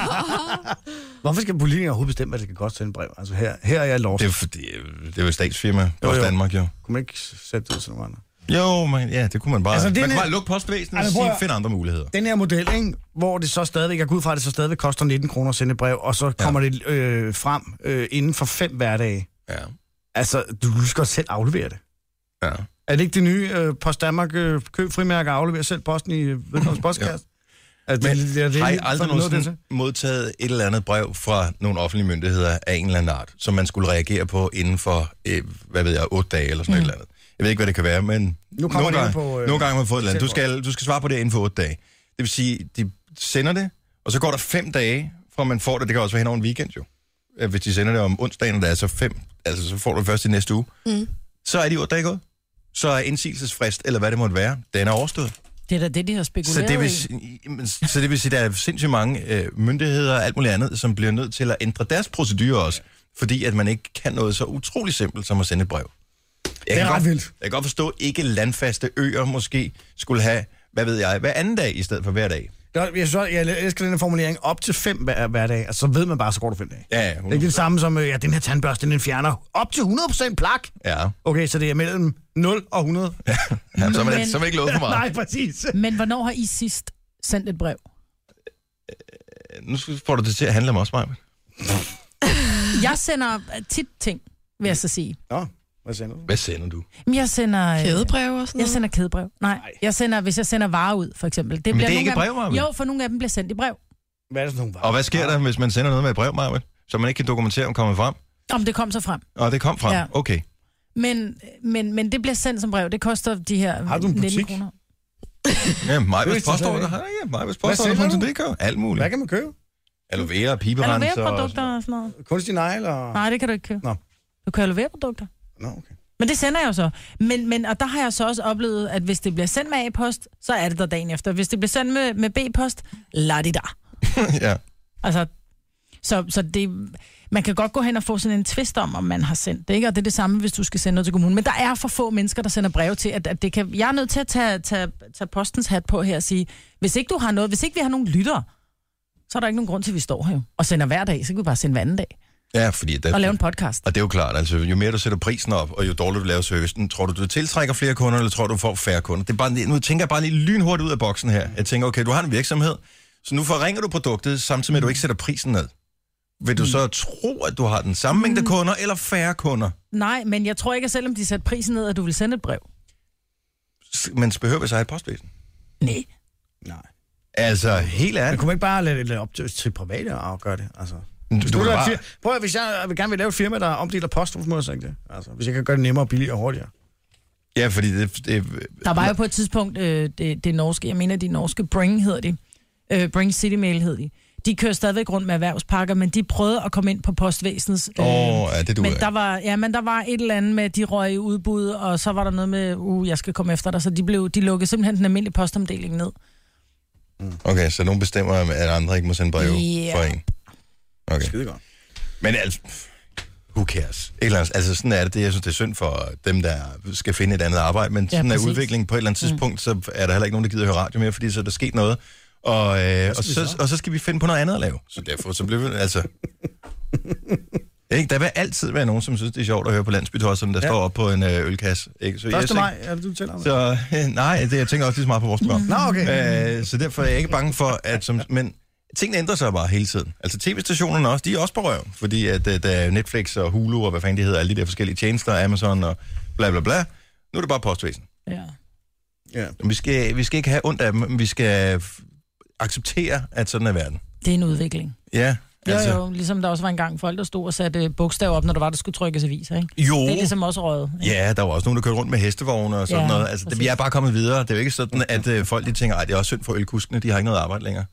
Hvorfor skal politikere overhovedet bestemme, hvad det kan koste til en brev? Altså her er jeg lost. Det er fordi, det er jo statsfirma, Post Danmark jo. Kunne man ikke sætte det ud sådan noget? Jo, men ja, det kunne man bare. Altså, man kunne bare lukke postvæsenet og sige, find andre muligheder. Den her model, ikke, hvor det så stadigvæk, jeg går ud fra, at det så stadigvæk koster 19 kroner at sende et brev, og så kommer det frem inden for 5 hverdage. Ja. Altså, du skal selv aflevere det. Ja. Er det ikke det nye Post Danmark køb frimærker og aflevere selv posten i vedkommens postkasse? Altså, men har I aldrig nogensinde modtaget et eller andet brev fra nogle offentlige myndigheder af en eller anden art, som man skulle reagere på inden for, 8 dage eller sådan et eller andet? Jeg ved ikke, hvad det kan være, men nogle gange har man fået et eller andet. Du skal svare på det inden for 8 dage. Det vil sige, de sender det, og så går der 5 dage, fra man får det. Det kan også være hen over en weekend jo. Hvis de sender det om onsdagen, og der er så 5, altså så får du det først i næste uge. Så er de 8 dage gået. Så er indsigelsesfrist, eller hvad det måtte være, den er overstået. Det er da det, de har spekuleret så det vil sige, der er sindssygt mange myndigheder og alt muligt andet, som bliver nødt til at ændre deres procedurer også, fordi at man ikke kan noget så utrolig simpelt som at sende et brev. Det er ret vildt. Jeg kan godt forstå, at ikke landfaste øer måske skulle have, hvad ved jeg, hver anden dag i stedet for hver dag. Jeg elsker den her formulering, op til 5 hver dag, altså så ved man bare, så går du 5 dage. Ja, det er ikke det samme som, den her tandbørste, den fjerner op til 100% plak. Ja. Okay, så det er mellem 0 og 100. Ja, så er man ikke lovet for meget. Nej, præcis. Men hvornår har I sidst sendt et brev? Nu får du det til at handle om os, Maja. Jeg sender tit ting, vil jeg så sige. Nå. Hvad sender du? Jeg sender kædebrev og sådan noget. Jeg sender kædebrev. Nej. Hvis jeg sender varer ud, for eksempel. Men det er ikke brev, Maja? Jo, for nogle af dem bliver sendt i brev. Hvad er det sådan nogle varer? Og hvad sker der, hvis man sender noget med et brev, Maja? Så man ikke kan dokumentere, om kommer frem? Om det kom så frem. Og det kom frem? Ja. Okay. Men det bliver sendt som brev. Det koster de her 19 kroner. Ja, Majbers postorder har jeg. Majbers postorder.dk. Alt muligt. Hvad kan man købe? Aloe vera, piberens. Aloe vera-produkter og sådan noget. Kunstig negl og... Nej, det kan du ikke købe. Nå. Du kan aloe vera-produkter. Nå, okay. Men det sender jeg jo så. Og der har jeg så også oplevet, at hvis det bliver sendt med A-post, så er det der dagen efter. Hvis det bliver sendt med B-post, lad det der. Ja. Altså, så det... Man kan godt gå hen og få sådan en twist om man har sendt det, ikke? Og det er det samme, hvis du skal sende noget til kommunen. Men der er for få mennesker, der sender breve til, at det kan... Jeg er nødt til at tage postens hat på her og sige, hvis ikke vi har nogen lyttere, så er der ikke nogen grund til, at vi står her og sender hver dag. Så kan vi bare sende hver anden dag. Ja, fordi... Og lave en podcast. Og det er jo klart, altså jo mere du sætter prisen op, og jo dårligere du laver servicen, tror du tiltrækker flere kunder, eller tror du får færre kunder? Det er bare, nu tænker jeg bare lige lynhurtigt ud af boksen her. Jeg tænker, okay, du har en virksomhed, så nu forringer du produktet, samtidig med, at du ikke sætter prisen ned. Vil du så tro, at du har den samme mængde kunder, eller færre kunder? Nej, men jeg tror ikke, at selvom de sætter prisen ned, at du vil sende et brev. Men behøver vi så have et postvæsen? Nej. Altså, helt ærligt. Man kunne ikke bare lade det op til private og gøre det, altså... Prøv at, hvis jeg gerne vil lave et firma, der omdeler post, hvorfor må jeg så ikke det? Altså, hvis jeg kan gøre det nemmere, billigere og hurtigere. Ja, fordi der var jo på et tidspunkt det norske, jeg mener de norske Bring hedder de. Bring City Mail hedder de. De kører stadigvæk rundt med erhvervspakker, men de prøvede at komme ind på postvæsenets... ja, det men der var et eller andet med, de røg i udbud, og så var der noget med, jeg skal komme efter dig, så de lukkede simpelthen den almindelige postomdeling ned. Okay, så nogen bestemmer, at andre ikke må sende brev for en. Okay. Skide godt. Men altså, who cares? Altså, sådan er det. Jeg synes, det er synd for dem, der skal finde et andet arbejde, men sådan er udviklingen på et eller andet tidspunkt, så er der heller ikke nogen, der gider høre radio mere, fordi så er der sket noget. Og så skal vi finde på noget andet at lave. Så derfor så bliver vi, altså... Der vil altid være nogen, som synes, det er sjovt at høre på Landsbytosserne, der står op på en ølkasse. Ikke? Så 1. maj, er det du tæller med? Så nej, jeg tænker også lige så meget på vores program. Nå, okay. Så derfor er jeg ikke bange for, at... Men tingene ændrer sig bare hele tiden. Altså tv-stationerne også, de er også på røven, fordi at der er Netflix og Hulu og hvad fanden de hedder, alle de der forskellige tjenester, Amazon og bla bla bla. Nu er det bare postvæsen. Ja. Vi skal ikke have ondt af dem, men vi skal acceptere, at sådan er verden. Det er en udvikling. Ja. Altså... Jo, ligesom der også var engang folk, der stod og satte bogstaver op, når der skulle trykkes aviser, ikke? Jo. Det er ligesom også røget. Ja, der var også nogen, der kørte rundt med hestevogne og sådan noget. Altså, vi er bare kommet videre. Det er jo ikke sådan, at folk de tænker, det er også synd for ølkuskene, de har ikke noget arbejde længere.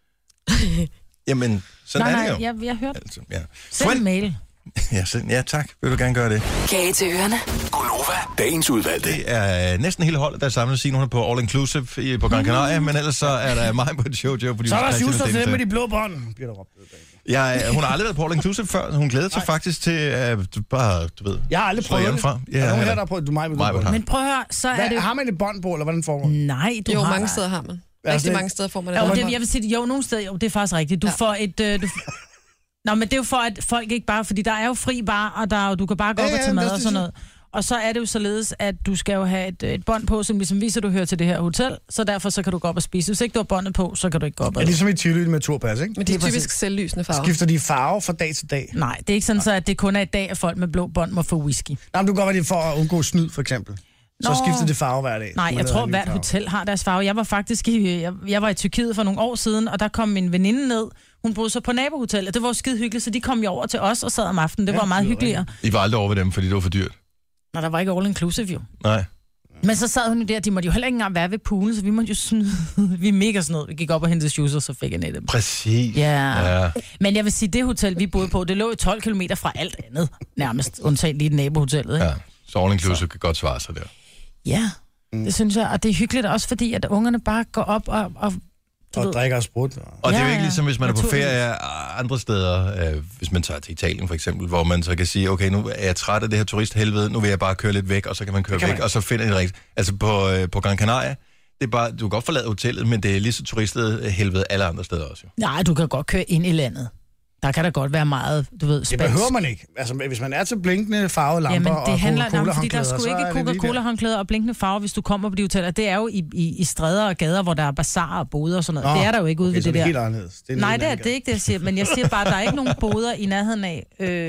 Jamen, sådan er det jo. Nej, jeg har hørt. Altså, ja. Send en mail. Ja, tak. Vil du gerne gøre det? Kage til ørerne. Gonova, dagens udvalgte. Det er næsten hele holdet, der er samlet sig. Hun er på All Inclusive på Gran Canaria, men ellers så er der mig på et show. Så er der Schuster til med de blå bånd, bliver der råbt. Hun har aldrig været på All Inclusive før. Hun glæder sig faktisk til bare, du ved... Jeg har aldrig prøvet det. Ja, er nogen her, der har prøvet det? Men prøv at høre, så er det... Har man et bånd på, eller hvordan foregår det? Nej, du har... mange steder har man. Rigtig mange steder får man det. Jeg vil sige, nogle steder, det er faktisk rigtigt. Du får et... Nå, men det er jo for, at folk ikke bare... Fordi der er jo fri bar, og du kan bare gå op og tage mad og sådan noget. Og så er det jo således, at du skal jo have et bånd på, som ligesom viser, at du hører til det her hotel. Så derfor så kan du gå op og spise. Hvis ikke du har båndet på, så kan du ikke gå op. Det er ligesom i Tivoli med turpas, ikke? Men de er typisk selvlysende farver. Skifter de farve fra dag til dag? Nej, det er ikke sådan, så at det kun er i dag, at folk med blå bånd må få whisky. Nej, men du kan godt være det for at undgå snyd, for eksempel. Så skifter det farve hver dag. Nej, jeg tror, hvert hotel har deres farve. Jeg var faktisk jeg var i Tyrkiet for nogle år siden, og der kom min veninde ned. Hun boede så på nabohotellet. Det var skide hyggeligt, så de kom jo over til os og sad om aftenen. Det var meget hyggeligere. I var aldrig over ved dem, fordi det var for dyrt? Nå, der var ikke all inclusive jo. Nej. Men så sad hun jo der, de måtte jo heller ikke engang være ved poolen, så vi måtte jo snyde. Vi er mega snød. Vi gik op og hentede shoes, og så fik jeg nettet. Præcis. Ja. Men jeg vil sige, det hotel, vi boede på, det lå 12 kilometer fra alt andet. Nærmest, undtagen lige nabohotellet. Ikke? Ja, så all inclusive kan godt svare sig der. Ja, det synes jeg. Og det er hyggeligt også, fordi at ungerne bare går op og drikker og sprut. Og det er jo ikke ligesom, hvis man er på ferie andre steder, hvis man tager til Italien for eksempel, hvor man så kan sige, okay, nu er jeg træt af det her turisthelvede, nu vil jeg bare køre lidt væk, og så kan man køre væk, og så finder det rigtigt. Altså på Gran Canaria, det er bare, du kan godt forlade hotellet, men det er lige så turisthelvede alle andre steder også. Jo. Nej, du kan godt køre ind i landet. Der kan da godt være meget, du ved, spansk. Det behøver man ikke. Altså, hvis man er til blinkende farvede lamper og Coca-Cola-håndklæder, fordi der er sgu ikke Coca-Cola-håndklæder og blinkende farver, hvis du kommer på de hoteller. Det er jo i stræder og gader, hvor der er bazaar og boder og sådan noget. Det er der jo ikke ude ved det der. Det er helt anderledes. Nej, det er ikke det, jeg siger. Men jeg siger bare, at der er ikke nogen boder i nærheden af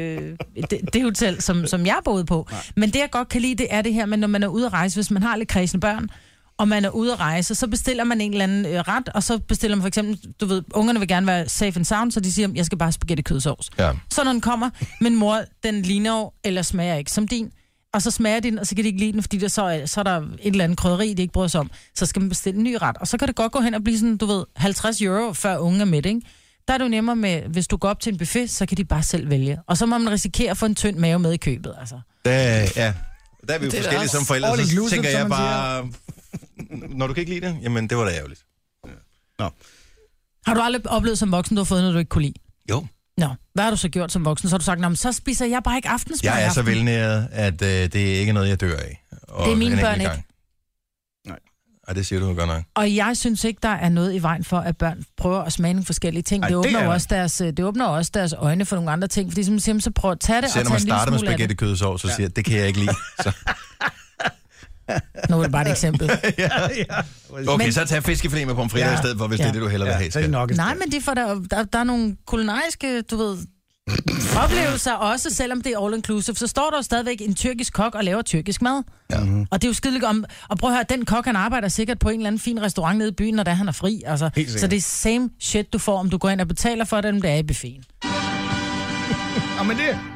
det hotel, som jeg boede på. Nej. Men det, jeg godt kan lide, det er det her, men når man er ude at rejse, hvis man har lidt kredsende børn, og man er ude at rejse, så bestiller man en eller anden ret, og så bestiller man for eksempel, du ved, ungerne vil gerne være safe and sound, så de siger, jeg skal bare spaghetti kødsovs. Ja. Så når den kommer, men mor, den ligner jo, eller smager ikke som din, og så smager de den, og så kan de ikke lide den, fordi der så er der et eller andet krydderi, de ikke bryder sig om. Så skal man bestille en ny ret. Og så kan det godt gå hen og blive sådan, du ved, 50 euro, før unge er midt, ikke? Der er det jo nemmere med, hvis du går op til en buffet, så kan de bare selv vælge. Og så må man risikere at få en tynd mave med i købet, altså. Ja, der er vi jo forskellige som forældre, så tænker jeg bare, når du kan ikke lide det, jamen det var da ærgerligt. Nå. Har du aldrig oplevet som voksen, du har fået noget, du ikke kunne lide? Jo. Nå, hvad har du så gjort som voksen? Så har du sagt, så spiser jeg bare ikke aftensmad. Jeg er så velnæret, at det er ikke noget, jeg dør af. Og det er mine børn ikke. Nej. Og det siger du godt nok. Og jeg synes ikke, der er noget i vejen for, at børn prøver at smage nogle forskellige ting. Ej, det åbner også deres øjne for nogle andre ting. Fordi som siger, så prøv at tage det og tage en lille smule af det. Når man starter med spaghetti kødsovs, så siger det kan jeg ikke lide. Så. Nu er det bare et eksempel. Okay, så tag fiskefilet med pomfritter i stedet for, hvis det er det, du hellere vil have. Nej, men det er for, der er nogle kulinariske, du ved, oplevelser også, selvom det er all inclusive. Så står der jo stadigvæk en tyrkisk kok og laver tyrkisk mad. Ja. Og det er jo skideligt om. Og prøv at høre, den kok, han arbejder sikkert på en eller anden fin restaurant nede i byen, når han er fri. Altså, så det er same shit, du får, om du går ind og betaler for det, om det er i buffeten. Og med det...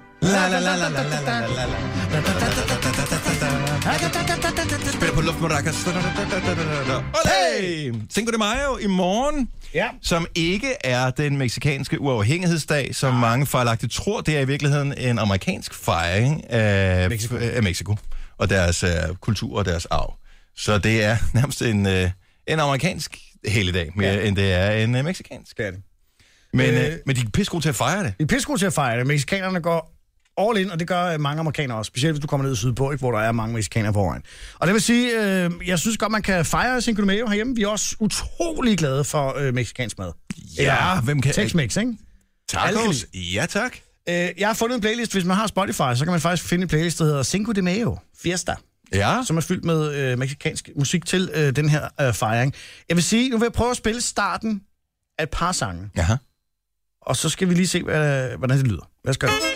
Spiller på luftmaracas. Olé! Cinco de Mayo i morgen, som ikke er den mexikanske uafhængighedsdag, som mange fejlagtigt tror. Det er i virkeligheden en amerikansk fejring af Mexico og deres kultur og deres arv. Så det er nærmest en amerikansk helligdag, mere end det er en mexikansk. Det er det. Men de er pissegode til at fejre det. De er pissegode til at fejre det. Mexikanerne går all in, og det gør mange amerikanere også. Specielt hvis du kommer ned sydpå, ikke, hvor der er mange mexikanere foran. Og det vil sige, jeg synes godt, man kan fejre Cinco de Mayo herhjemme. Vi er også utrolig glade for mexikansk mad. Ja, hvem kan... Tex-Mex, ikke? Tacos? Ja, tak. Jeg har fundet en playlist. Hvis man har Spotify, så kan man faktisk finde en playlist, der hedder Cinco de Mayo Fiesta. Ja. Som er fyldt med mexikansk musik til den her fejring. Jeg vil sige, nu vil jeg prøve at spille starten af et par sange. Jaha. Og så skal vi lige se, hvordan det lyder. Lad os gøre det.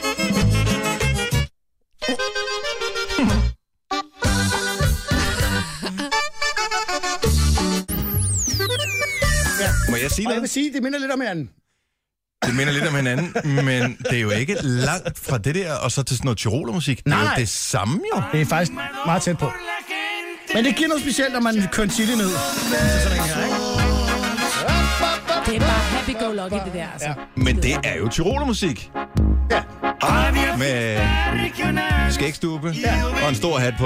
Må jeg sige noget? Jeg vil sige, det minder lidt om hinanden. Det minder lidt om hinanden, men det er jo ikke langt fra det der, og så til sådan noget tyrolermusik. Det er jo det samme jo. Det er faktisk meget tæt på. Men det giver noget specielt, når man kører en chili ned. Det er bare happy-go-lucky, det der, altså. Ja. Men det er jo tyrolermusik. Ja. Med skægstube og en stor hat på.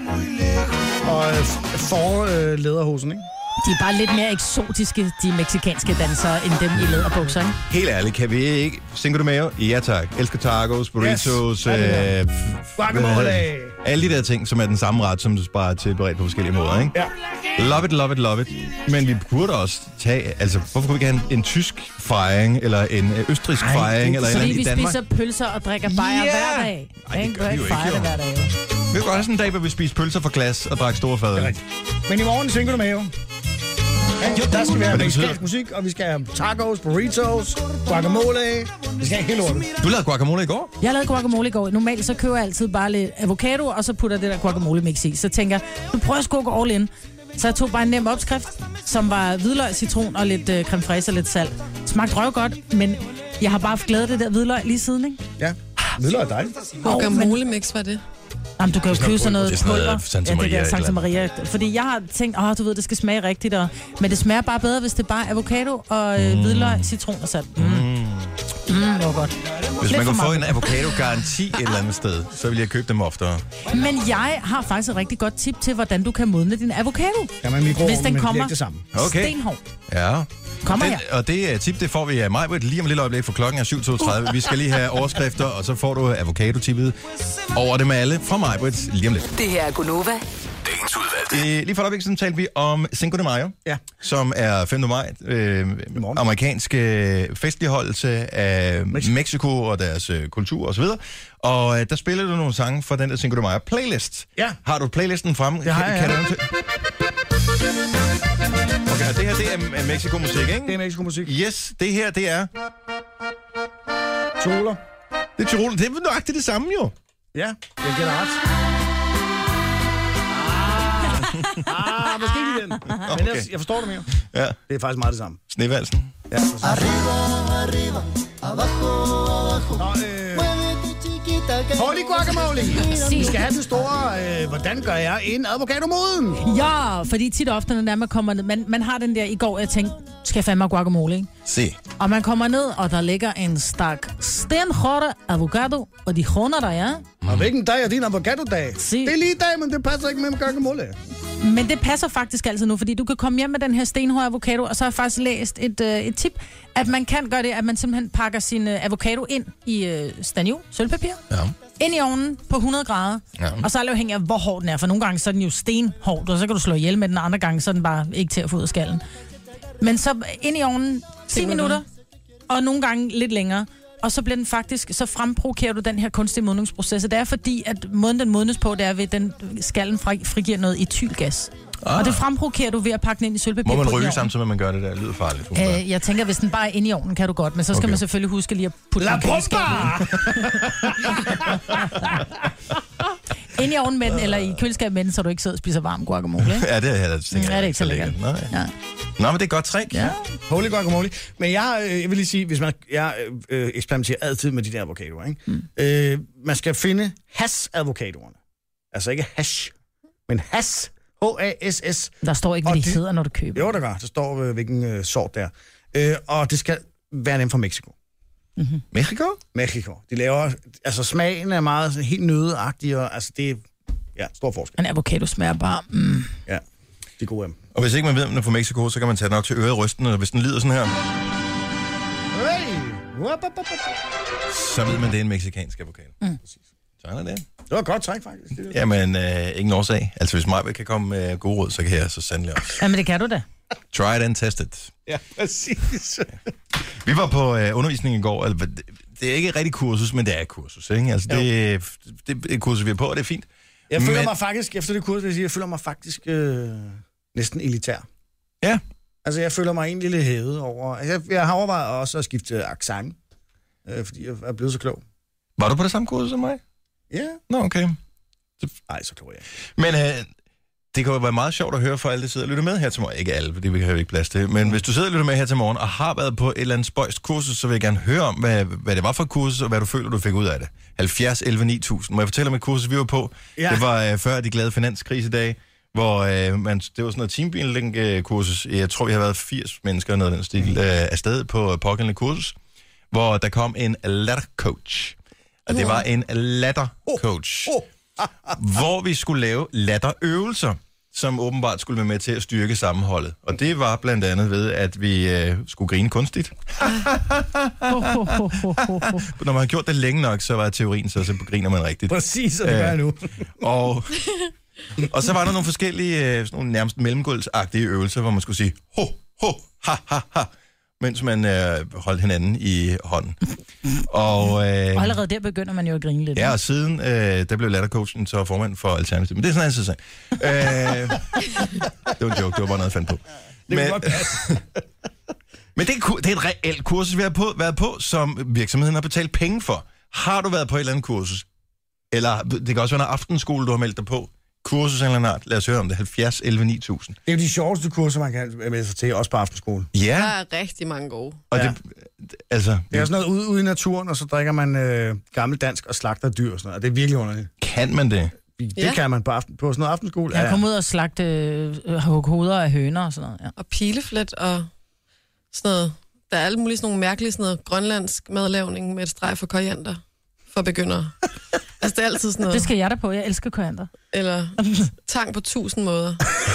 Og lederhosen, ikke? De er bare lidt mere eksotiske, de mexikanske dansere, end dem i læderbukser, ikke? Helt ærligt, kan vi ikke... Cinco de Mayo? Ja tak. Elsker tacos, burritos, guacamole. Alle de der ting, som er den samme ret, som du bare er tilberedt på forskellige måder, ikke? Ja. Love it, love it, love it. Men vi burde også tage... Altså, hvorfor kunne vi ikke have en tysk fejring, eller en østrigsk fejring, eller en eller anden i Danmark? Fordi vi spiser pølser og drikker bajer hver dag. Nej, det gør vi jo ikke, jo. Hver dag, jo. Vi kan godt have sådan en dag, hvor vi spiser pølser fra glas og drikker store fadøl. Men i morgen Cinco de Mayo. Der skal vi have mexicansk musik, og vi skal have tacos, burritos, guacamole. Vi skal have hele lortet. Du lavede guacamole i går? Jeg lavede guacamole i går. Normalt så køber jeg altid bare lidt avocado, og så putter det der guacamole mix i. Så tænker jeg, nu prøver jeg sgu at gå all in. Så jeg tog bare en nem opskrift, som var hvidløg, citron og lidt creme fraiche og lidt salt. Smagte røvgodt, men jeg har bare haft glædet det der hvidløg lige siden, ikke? Ja, hvidløg er dejligt. Guacamole mix, var det? Jamen, du kan jo købe sådan noget pulver. Santa Maria, det der Santa Maria. Fordi jeg har tænkt, du ved, det skal smage rigtigt. Men det smager bare bedre, hvis det bare er avocado og hvidløg, citron og salt. Det var godt. Hvis man kunne få en avocado-garanti et eller andet sted, så vil jeg købe dem oftere. Men jeg har faktisk et rigtig godt tip til, hvordan du kan modne din avocado. Hvis den kommer stenhård. Ja. Og det tip, det får vi af mig lige om et lille øjeblik, for klokken er 7.32. Vi skal lige have overskrifter, og så får du avocado-tippet over dem alle fra mig lige om lidt. Det her er Gunova. Dagens udvalgte. Lige for et øjeblik, så talte vi om Cinco de Mayo, som er 5. maj. Amerikansk festligholdelse af Mexico og deres kultur osv. Og der spiller du nogle sange fra den der Cinco de Mayo playlist. Ja. Har du playlisten frem? Det har jeg. Okay, og det her, det er Mexico-musik, ikke? Det er Mexico-musik. Yes, det her, det er... Tyroler. Det er Tyroler. Det er nøjagtigt det samme, jo. Ja, jeg gælder ret. Måske ikke den. Men jeg forstår det mere. Ja. Det er faktisk meget det samme. Snevalsen. Ja. Arriba, arriba, abajo, abajo. Holy guacamole! Vi skal have den store, hvordan gør jeg en avocado moden? Ja, fordi tit og ofte, når man kommer ned, man har den der i går, jeg tænkte, skal jeg fandme guacamole, ikke? Se. Og man kommer ned, og der ligger en stak stenhårde avocado, og de hånder der, ja. Og hvilken dag er din avocado-dag? Si. Det er lige dag, men det passer ikke med guacamole. Men det passer faktisk altid nu, fordi du kan komme hjem med den her stenhårde avocado, og så har jeg faktisk læst et tip, at man kan gøre det, at man simpelthen pakker sin avocado ind i staniol, sølvpapir, ind i ovnen på 100 grader, og så er det afhængig af, hvor hård den er, for nogle gange så er den jo stenhård, og så kan du slå ihjel med den, andre gange så er den bare ikke til at få ud af skallen. Men så ind i ovnen 10 minutter, og nogle gange lidt længere, og så bliver den faktisk, så fremprovokerer du den her kunstige modningsproces. Det er fordi, at måden den modnes på, det er ved, at den skallen frigiver noget etylgas. Og det fremprovokerer du ved at pakke den ind i sølvpapir. Må man ryge samtidig med, at man gør det der? Det lyder farligt. Jeg tænker, hvis den bare er inde i ovnen, kan du godt, men så skal man selvfølgelig huske lige at putte den i køleskabet. Ind i ovnen med den, eller i køleskabet med den, så du ikke sidder og spiser varm guacamole. Ja, det er det ikke så lækkert. Ja. Nå, men det er godt trick. Ja. Holy guacamole. Men jeg vil lige sige, hvis jeg eksperimenterer altid med de der avocadoer, ikke? Man skal finde hash-avocadoerne. Altså ikke hash, men hash. H-A-S-S. Der står ikke, hvad de hedder, når du køber. Jo, der gør. Der står, hvilken sort der er. Og det skal være dem fra Mexico. Mm-hmm. Mexico? Mexico. De laver... Altså, smagen er meget sådan, helt nødeagtig, og altså, det er... Ja, stor forskel. En avocado smager bare... Ja, de er gode af dem. Og hvis ikke man ved, om den er fra Mexico, så kan man tage den op til øret rysten, og hvis den lyder sådan her... Hey! Så ved man, det er en mexikansk avocado. Præcis. Sådan er det. Det var godt træk, faktisk. Jamen, ingen årsag. Altså, hvis mig kan komme med gode råd, så kan jeg så sandelig også. Jamen, det kan du da. Try it and test it. Ja, præcis. Vi var på undervisning i går. Altså, det er ikke et rigtigt kursus, men det er et kursus, ikke? Altså, det er et kursus, vi er på, og det er fint. Jeg føler mig faktisk, efter det kursus, jeg føler mig faktisk næsten elitær. Ja. Altså, jeg føler mig egentlig lidt hævet over... Jeg har overvejet også at skifte accent, fordi jeg er blevet så klog. Var du på det samme kursus som mig? Ja. Nå, okay. Nej, så klog jeg. Men det kan jo være meget sjovt at høre for alle, der sidder og lytter med her til morgen. Ikke alle, for det har vi ikke plads til. Men hvis du sidder og lytter med her til morgen, og har været på et eller andet spøjst kursus, så vil jeg gerne høre om, hvad det var for et kursus, og hvad du føler, du fik ud af det. 70 11 9000. Må jeg fortælle om et kursus, vi var på? Ja. Det var før de glade finanskrisedage, hvor det var sådan noget teambuilding-kursus. Jeg tror, vi har været 80 mennesker noget af den stil afsted på pågældende kursus, hvor der kom en lattercoach. Og det var en lattercoach, hvor vi skulle lave latterøvelser, som åbenbart skulle være med til at styrke sammenholdet. Og det var blandt andet ved, at vi skulle grine kunstigt. Når man har gjort det længe nok, så var teorien, så griner man rigtigt. Præcis, og det gør jeg nu. Og så var der nogle forskellige, sådan nogle nærmest mellemgulvsagtige øvelser, hvor man skulle sige, ho, ho, ha, ha, ha, mens man holdt hinanden i hånden. Og allerede der begynder man jo at grine lidt. Ja, og siden der blev lattercoachen så formand for Alternativ. Men det er sådan en anden sag. Det var en joke, det var bare noget, jeg fandt på. Men det er et reelt kursus, vi har været på, som virksomheden har betalt penge for. Har du været på et eller andet kursus? Eller det kan også være en aftenskole, du har meldt dig på. Kursus eller noget. Lad os høre om det. 70 11 9000. Det er jo de sjoveste kurser, man kan melde sig til, også på aftenskole. Ja. Der er rigtig mange gode. Og ja. Det er sådan noget ude i naturen, og så drikker man gammeldansk og slagter dyr og sådan noget. Og det er virkelig underligt. Kan man det? Det kan man på sådan noget aftenskole. Jeg kom ud og slagte hoveder af høner og sådan noget. Ja. Og pileflet og sådan noget. Der er alle mulige sådan nogle mærkelige sådan noget grønlandsk madlavning med et streg for koriander for begyndere. Altså, det er altid sådan noget. Det skal jeg da på. Jeg elsker koriander. Eller tang på 1000 måder.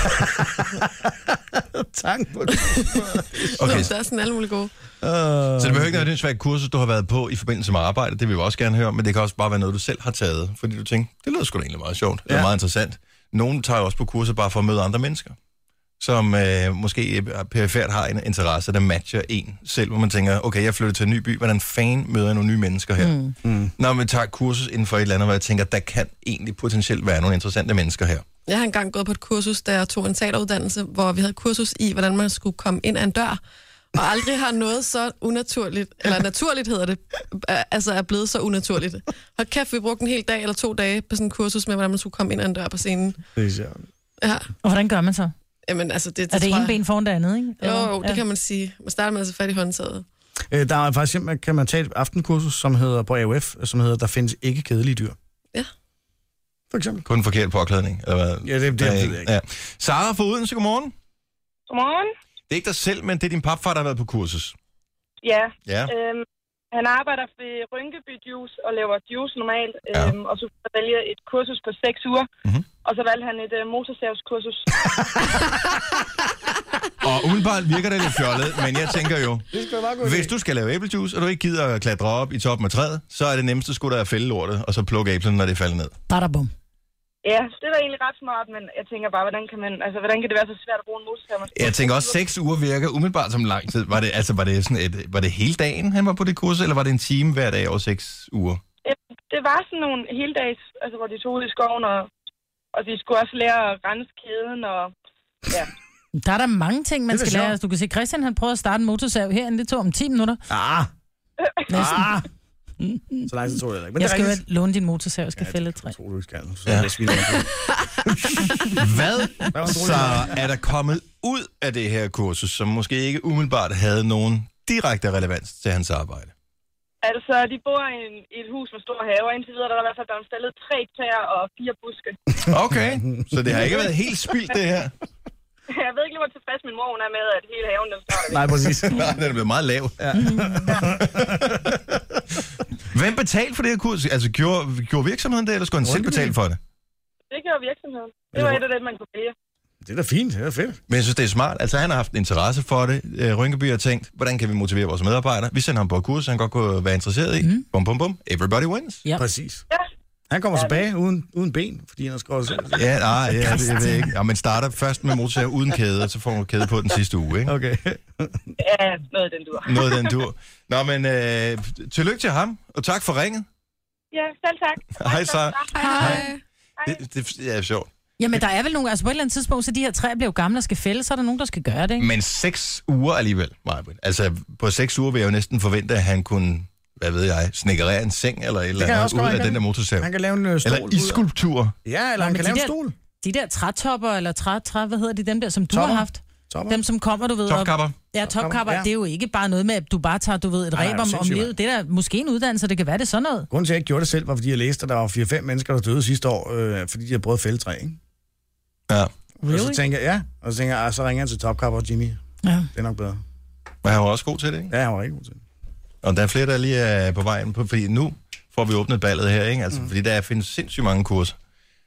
Tang på 1000 måder. Okay. Der er sådan alle mulige gode. Så det behøver ikke være et svært kursus, du har været på i forbindelse med arbejde. Det vil vi også gerne høre om, men det kan også bare være noget, du selv har taget. Fordi du tænker, det lyder sgu da egentlig meget sjovt. Det er meget interessant. Nogle tager også på kurser bare for at møde andre mennesker, som måske perifært har en interesse, der matcher en selv, hvor man tænker, okay, jeg flytter til en ny by, hvordan fanden møder jeg nogle nye mennesker her? Når man tager kursus inden for et eller andet, hvor jeg tænker, der kan egentlig potentielt være nogle interessante mennesker her. Jeg har engang gået på et kursus, der jeg tog en teateruddannelse, hvor vi havde kursus i, hvordan man skulle komme ind ad en dør, og aldrig har noget så unaturligt, eller naturligt hedder det, altså er blevet så unaturligt. Hold kæft, vi brugte en hel dag eller 2 dage på sådan en kursus med, hvordan man skulle komme ind ad en dør på scenen. Det er sjovt. Ja. Og hvordan gør man så? Jamen, altså, det er det ene ben foran det andet, ikke? Jo, det kan man sige. Man starter med at tage fat i håndtaget. Der er faktisk simpelthen, kan man tage et aftenkursus, som hedder på AOF, som hedder, der findes ikke kedelige dyr. Ja. For eksempel. Kun forkert påklædning, eller hvad? Ja, det ved jeg ikke. Ja. Sara fra Odense, godmorgen. Godmorgen. Det er ikke dig selv, men det er din papfar, der har været på kursus. Ja. Ja. Han arbejder ved Rynkeby Juice og laver juice normalt, og så vælger et kursus på 6 uger, og så valgte han et motorsavskursus. Og umiddelbart virker det lidt fjollet, men jeg tænker jo, hvis du skal lave æblejuice, og du ikke gider at klatre op i toppen af træet, så er det nemmeste sgu da at fælde lortet, og så plukke æblerne, når det falder ned. Badabum. Ja, det var egentlig ret smart, men jeg tænker bare, hvordan kan det være så svært at bruge en motorsav? Jeg tænker også, 6 uger virker umiddelbart som lang tid. Var det hele dagen, han var på det kursus, eller var det en time hver dag over 6 uger? Det var sådan nogle heldags, altså hvor de tog ud i skoven, og de skulle også lære at rense kæden, og ja. Der er der mange ting, man skal lære. Du kan se, Christian han prøvede at starte en motorsav herinde, det tog om 10 minutter. Næsten. Så langt tog det ikke. Men jeg skal jo låne din motorsav, jeg skal fælde et træ. Jeg tror, du skal. Hvad så er der kommet ud af det her kursus, som måske ikke umiddelbart havde nogen direkte relevans til hans arbejde? Altså, de bor i et hus med stor have, og indtil videre der er i hvert fald blevet faldet 3 træer og 4 buske. Okay, så det har ikke været helt spildt, det her? Jeg ved ikke lige, hvor tilfreds min mor er med, at hele haven den starter. Nej, præcis. Nej, den er blevet meget lav. Ja. Hvem betalte for det her kurs? Altså, gjorde virksomheden det, eller skulle han selv betale for det? Det gjorde virksomheden. Det var et af det, man kunne vælge. Det er da fint, det er fedt. Men jeg synes, det er smart. Altså, han har haft interesse for det. Rynkeby har tænkt, hvordan kan vi motivere vores medarbejdere? Vi sender ham på et kurs, han godt kunne være interesseret i. Bum, bum, bum. Everybody wins. Ja. Præcis. Ja. Han kommer tilbage uden ben, fordi han har skåret selv. Ja, nej, det ved jeg ikke. Ja, men starter først med motorsav uden kæde, og så får man kæde på den sidste uge, ikke? Okay. Ja, noget af den dur. Noget af den dur. Nå, men tillykke til ham, og tak for ringet. Ja, selv tak. Hej, Sara. Hej. Det er sjovt. Jamen, der er vel nogle, altså på et eller andet tidspunkt, så de her træer bliver jo gamle og skal fælde, så er der nogen, der skal gøre det, ikke? Men 6 uger alligevel, Maj-Brit. Altså, på 6 uger vil jeg jo næsten forvente, at han kunne, hvad ved jeg, snekkerere en seng eller et eller andet ud af den der motorsav. Han kan lave en stol. Eller iskulptur. Ja, eller han kan lave en stol. De der trætopper, eller hvad hedder de, dem der, som du har haft? Topper. Dem, som kommer, du ved... Topkapper. Ja, topkapper. Ja. Det er jo ikke bare noget med, at du bare tager, du ved, et ræb om livet. Det er da måske en uddannelse, det kan være det sådan noget. Grunden til, at jeg ikke gjorde det selv, var, fordi jeg læste, at der var 4-5 mennesker, der døde sidste år, fordi de havde prøvet at fælde træ, ikke? Ja. Really? Og så tænker jeg, så ringer jeg til Topkapper og Jimmy. Ja. Det er nok bedre. Men han var også god til det, ikke? Ja, han var rigtig god til det. Og der er flere, der lige er på vejen på, fordi nu får vi åbnet ballet her, ikke? Altså, fordi der findes sindssygt mange kurser,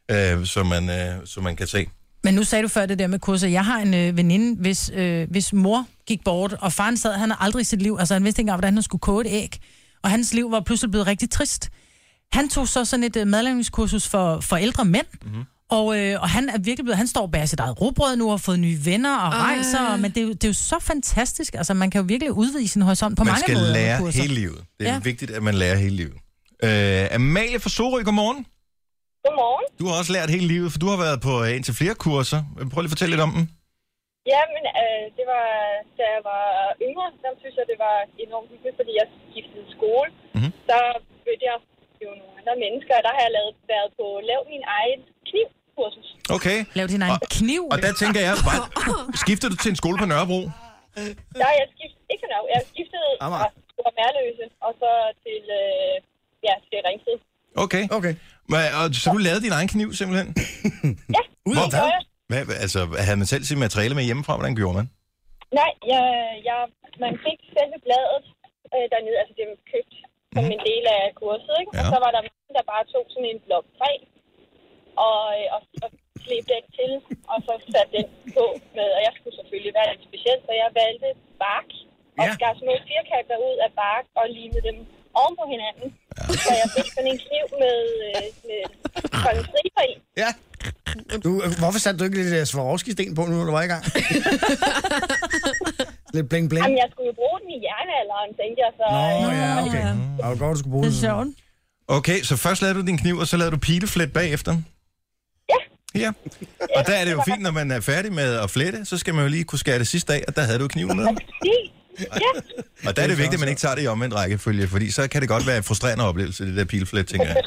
som man kan se. Men nu sagde du før det der med kurser. Jeg har en veninde, hvis mor gik bort, og faren sad, han har aldrig i sit liv, altså han vidste ikke engang, hvordan han skulle koge et æg. Og hans liv var pludselig blevet rigtig trist. Han tog så sådan et madlavningskursus for ældre mænd, og han er virkelig blevet, han står bag sit eget rugbrød nu, og har fået nye venner og rejser, men det er jo så fantastisk. Altså man kan jo virkelig udvide sin horisont på mange måder. Man skal lære hele livet. Det er vigtigt, at man lærer hele livet. Amalie fra Sorø, godmorgen. Godmorgen. Du har også lært hele livet, for du har været på indtil flere kurser. Prøv lige at fortælle lidt om dem. Ja, men det var, da jeg var yngre, der synes jeg, det var enormt hyggeligt, fordi jeg skiftede skole. Mm-hmm. Der mødte jeg jo nogle andre mennesker, og der har jeg været på lav min egen knivkursus. Okay. Lav din egen kniv? Og der tænker jeg, skifter du til en skole på Nørrebro? Nej, jeg skiftede ikke på Nørrebro. Jeg skiftede fra Mærløse, og så til Ringsted. Okay. Og så du lavede din egen kniv, simpelthen? Ja, det gør jeg. Altså, havde man selv sit materiale med hjemmefra? Hvordan gjorde man? Nej, man fik selve bladet dernede, altså det var købt som en del af kurset, ikke? Ja. Og så var der nogen, der bare tog sådan en blok træ og slæbte den til, og så satte den på med, og jeg skulle selvfølgelig være lidt specielt, så jeg valgte bark og skar små firkanter ud af bark og limede dem oven på hinanden. Ja. Så jeg fik sådan en kniv med sådan striber i. Ja. Hvorfor satte du ikke lidt Swarovski-sten på nu, når du var i gang? Lidt bling bling. Jamen, jeg skulle jo bruge den i jernalderen, tænkte jeg så. Nå, ja, okay. Det var godt, du skulle bruge den. Det er sjovt. Okay, så først lavede du din kniv, og så lavede du pileflet bagefter? Ja. Og der er det jo fint, når man er færdig med at flette, så skal man jo lige kunne skære det sidste af, og der havde du kniven med. Ja. Og der er det vigtigt, at man ikke tager det i omvendt rækkefølge, fordi så kan det godt være en frustrerende oplevelse, det der pileflet, tænker jeg.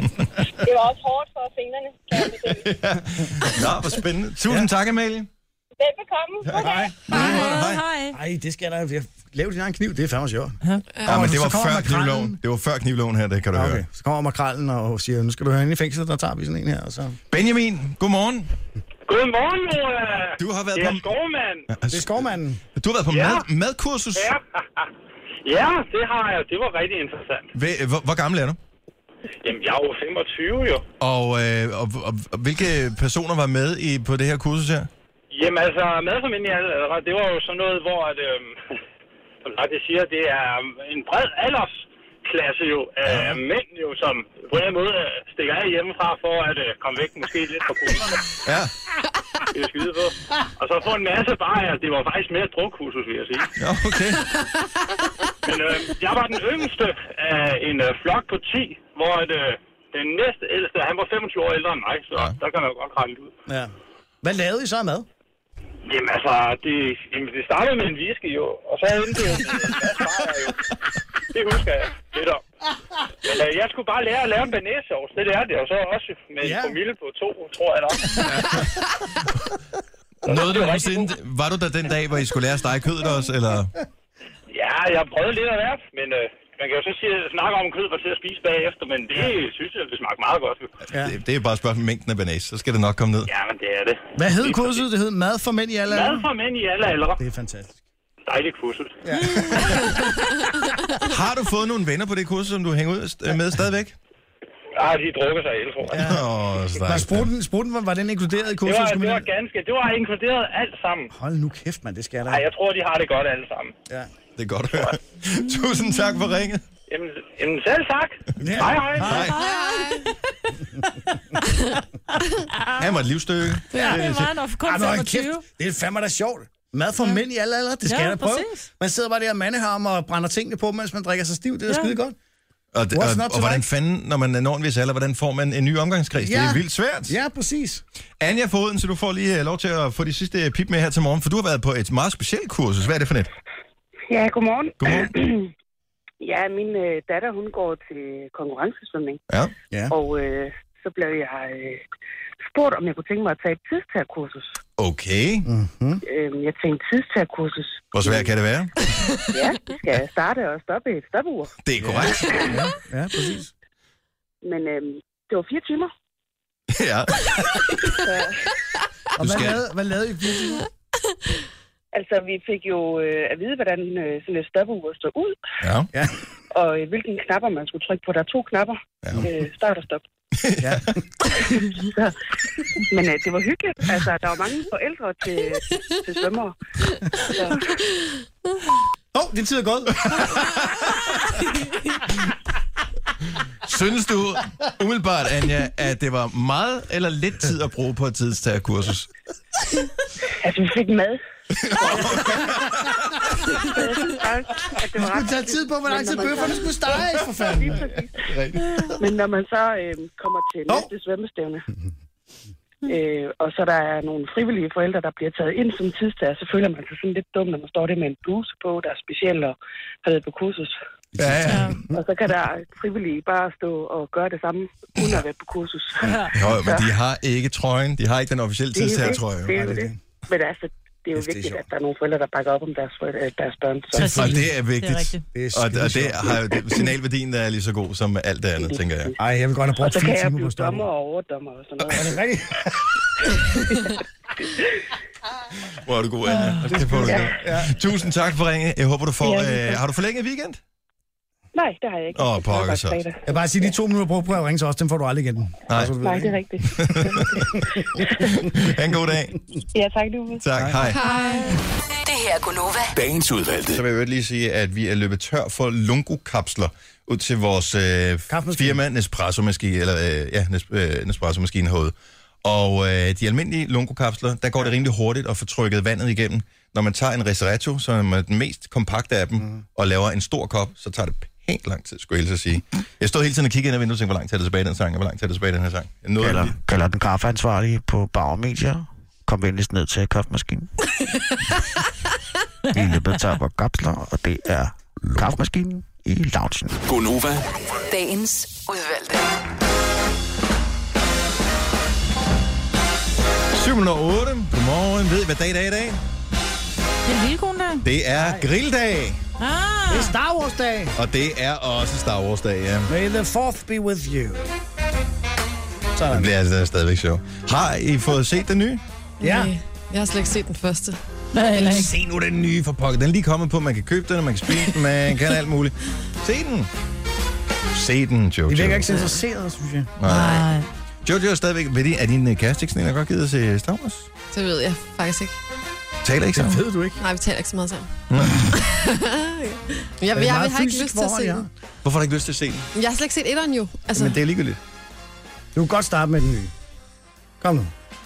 Det var også hårdt for fingrene. Nå, hvor spændende. Tusind tak, Amalie. Velbekomme. Hej. Ej, det skal der. Lave din egen kniv, det er fandme sjovt. Ja, men det var før knivloven. Det var før knivloven her, det kan du høre. Så kommer makrallen og siger, nu skal du have ind i fængslet, der tager vi sådan en her. Og så. Benjamin, godmorgen. Godmorgen, du har været på... Det er Skovmanden. Det er Skovmanden. Du har været på madkursus? Ja, det har jeg. Det var rigtig interessant. Hvor gammel er du? Jamen, jeg er jo 25 jo. Og hvilke personer var med på det her kursus her? Jamen altså, det var jo sådan noget, hvor at, som det siger, det er en bred aldersklasse jo af mænd jo, som på en måde stikker af hjemmefra for at komme væk måske lidt fra kommunerne. Ja. Det er skide på. Og så få en masse bajer. Det var faktisk mere drukkursus, vil jeg sige. Ja, okay. Men jeg var den yngste af en flok på 10, hvor den næste ældste, han var 25 år ældre end mig, så der kan man jo godt regne ud. Ja. Hvad lavede I så af mad? Jamen altså, det startede med en whisky jo, og så endte det jo en masse bajer jo. Det husker jeg lidt om. Men jeg skulle bare lære at lave en banæssauce. Det lærte jeg jo så også med en promille på 2, tror jeg nok. Var du der den dag, hvor I skulle lære at stege kødet også, eller? Ja, jeg prøvede lidt af hvert, men man kan jo så snakke om kød var til at spise bagefter, men det synes jeg, det smagte meget godt. Ja. Det er bare et spørgsmål om mængden af banæs, så skal det nok komme ned. Ja, men det er det. Hvad hed kurset? Det hed Mad for mænd i alle aldre? Mad for mænd i alle aldre. Det er fantastisk. Dejligt kursus. Ja. Har du fået nogle venner på det kursus, som du hænger ud med stadigvæk? Ja, de drukker sig ihjel, tror jeg. Var spruten, var den inkluderet i kurset? Det var inkluderet alt sammen. Hold nu kæft, mand, det skal der. Nej, jeg tror, de har det godt alle sammen. Ja. Det er godt at høre. Tusind tak for ringet. Jamen selv tak. Ja. Hej. Han var et livsstykke. Ja, det var han, og kun 25. Det er fandme da sjovt. Mad for mænd i alle aldre, det skal jeg da prøve. Man sidder bare der og mandeharm og brænder tingene på, mens man drikker sig stiv. Det er skide godt. Og hvordan fanden, når man når en vis alder, hvordan får man en ny omgangskreds? Det er vildt svært. Ja, præcis. Anja Foden, så du får lige lov til at få de sidste pip med her til morgen, for du har været på et meget specielt kursus. Hvad er det for net? Ja, godmorgen. Godmorgen. Ja, min datter, hun går til konkurrencesvømning. Ja. Og så blev jeg spurgt, om jeg kunne tænke mig at tage et tidstagerkursus. Okay. Mm-hmm. Jeg tænkte tidstagerkursus. Hvor svært kan det være? Ja, det skal starte og stoppe et stopur. Det er korrekt. Ja, præcis. Men det var 4 timer. Ja. Og hvad lavede I 4 timer? Altså, vi fik jo at vide, hvordan sådan et stopur stod ud. Ja. Og hvilke knapper man skulle trykke på. Der er 2 knapper. Ja. Start og stop. Ja. Men det var hyggeligt. Altså, der var mange forældre til svømmere. Din tid er gået. Synes du umiddelbart, Anja, at det var meget eller lidt tid at bruge på et tidstagerkursus? Altså, vi fik mad. Du skulle tage tid på, hvor lang tid bøfferne skulle steges, for fanden. Men når man så kommer til næste svømmestævne, og så der er nogle frivillige forældre, der bliver taget ind som tidstager, så føler man sig sådan lidt dum, når man står der med en bluse på, der er speciel og har været på kursus. Ja. Og så kan der frivillige bare stå og gøre det samme, uden at være på kursus. Jo, men de har ikke trøjen. De har ikke den officielle tidstagertrøje. Det er jo det. Men altså, det er jo vigtigt, at der er nogle forældre, der bakker op om deres børn. Så. Og det er vigtigt. Det er og det har jo signalværdien, der er lige så god som alt det andet, tænker jeg. Ej, jeg vil godt have brugt 4 timer på stoppen. Og så kan jeg blive dommer og overdommer og sådan noget. Er det rigtigt? Hvor er du god, Anja. Ja. Tusind tak for ringe. Jeg håber, du får... har du forlænget weekend? Nej, det har jeg ikke. Pokker så. Jeg vil bare sige, de 2 minutter brugt på at ringe til os, dem får du aldrig igen. Nej, det er rigtigt. Ha' en god dag. Ja, tak du. Tak, hej. Det her er Gunova. Dagens udvalgte. Så vil jeg lige sige, at vi er løbet tør for Lungo-kapsler ud til vores firma Nespresso-maskine, Nespresso-maskine herude. Og de almindelige Lungo-kapsler, der går det rimelig hurtigt at få trykket vandet igennem. Når man tager en Ristretto, som er den mest kompakte af dem, og laver en stor kop, så tager det pænt lang tid, skulle jeg ellers sige. Jeg stod hele tiden og kiggede ind ad vinduet og tænkte, hvor langt tager det tilbage den sang, og hvor langt tager det tilbage den her sang. Kalder den kaffeansvarlige på Bauer Media. Kom venligst ned til kaffemaskinen. Vi løbet tør på kapsler, og det er kaffemaskinen i loungen. Gunova. Dagens udvalgte. 7:08. Godmorgen. Ved I, hvad dag det er i dag? Det er lillekondag. Det er grilldag. Det er Star Wars dag. Og det er også Star Wars dag, ja. May the fourth be with you. Sådan. Det bliver altså stadigvæk sjovt. Har I fået set den nye? Ja. Nej, jeg har slet ikke set den første. Se nu den nye for pokker. Den er lige kommet på, man kan købe den, og man kan spise den, man kan alt muligt. Se den. Se den, Jojo. I virker ikke så interesseret, synes jeg. Nej. Jojo er stadigvæk... Er din kæreste ikke sådan en, der godt gider at se Star Wars? Det ved jeg faktisk ikke. Taler ikke sammen? Det ved du ikke. Nej, vi taler ikke så meget sammen. jeg har ikke lyst til at se den. Hvorfor har du ikke lyst til at se den? Jeg har slet ikke set etteren jo. Altså... Men det er ligegyldigt. Du kan godt starte med den nye. Kom nu.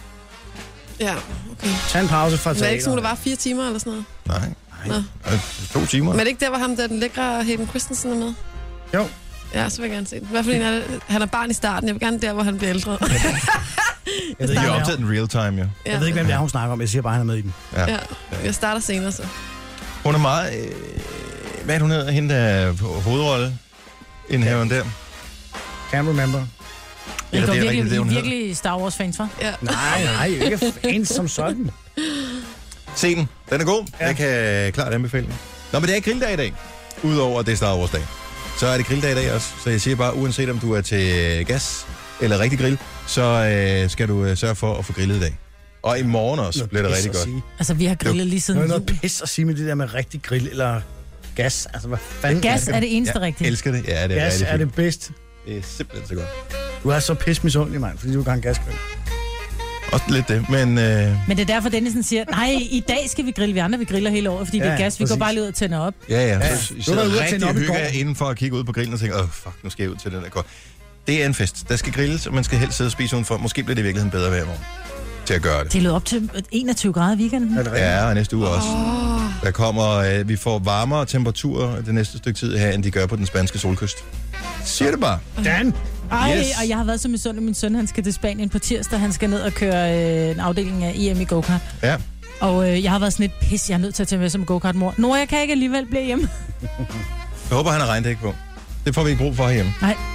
Ja, okay. Tag en pause fra teater. Men er det ikke sådan, der var 4 timer eller sådan noget? Nej. 2 timer. Men er det ikke der, hvor ham der, den lækre Hayden Christensen er med? Jo. Ja, så vil jeg gerne se den. I hvert fald han er barn i starten. Jeg vil gerne der, hvor han bliver ældre. Jeg ved, jeg har optaget den real time, ja. Jeg ved ikke, hvem det er, hun snakker om. Jeg siger bare, han er med i den. Ja. Jeg starter senere, så. Hun er meget... hvad er det, hun hedder? Hende, der er på hovedrolle. Indhæveren der. Can't remember. Det er virkelig Star Wars-fans, hva'? Ja. Nej, ikke fans som sådan. Se den. Den er god. Ja. Jeg kan klart anbefale den. Nå, men det er grilldag i dag. Udover at det er Star Wars-dag. Så er det grilldag i dag også. Så jeg siger bare, uanset om du er til gas eller rigtig grill, så skal du sørge for at få grillet i dag. Og i morgen også bliver det rigtig godt. Altså, vi har grillet lige siden jul. Noget pis at sige med det der med rigtig grill eller gas. Altså, hvad fanden? Gas er det eneste rigtige. Jeg elsker det. Ja, det er gas er det bedste. Det er simpelthen så godt. Du er så pismisundelig, mand, fordi du kan gasgrill. Også lidt det, men... Men det er derfor, Dennisen siger, nej, i dag skal vi grille. Vi andre, vi griller hele året, fordi det er gas. Vi går bare lige ud og tænder op. Ja. Så I sidder rigtig og hygger indenfor at kigge ud på grillen og tænker, fuck, nu skal jeg ud til den der kort. Det er en fest. Der skal grilles, og man skal helst sidde og spise udenfor. Måske bliver det i virkeligheden bedre hver morgen til at gøre det. Det lød op til 21 grader i weekenden. Ja, og næste uge også. Der kommer, vi får varmere temperaturer det næste stykke tid her, end de gør på den spanske solkyst. Siger det bare. Dan! Ej, og jeg har været så misundelig. Min søn, han skal til Spanien på tirsdag. Han skal ned og køre en afdeling af EM i go-kart. Ja. Og jeg har været sådan et pis. Jeg er nødt til at tage med som go-kart mor. Nå, jeg kan ikke alligevel blive hjemme. Jeg håber, han har regndæk på. Det får vi ikke brug for hjemme.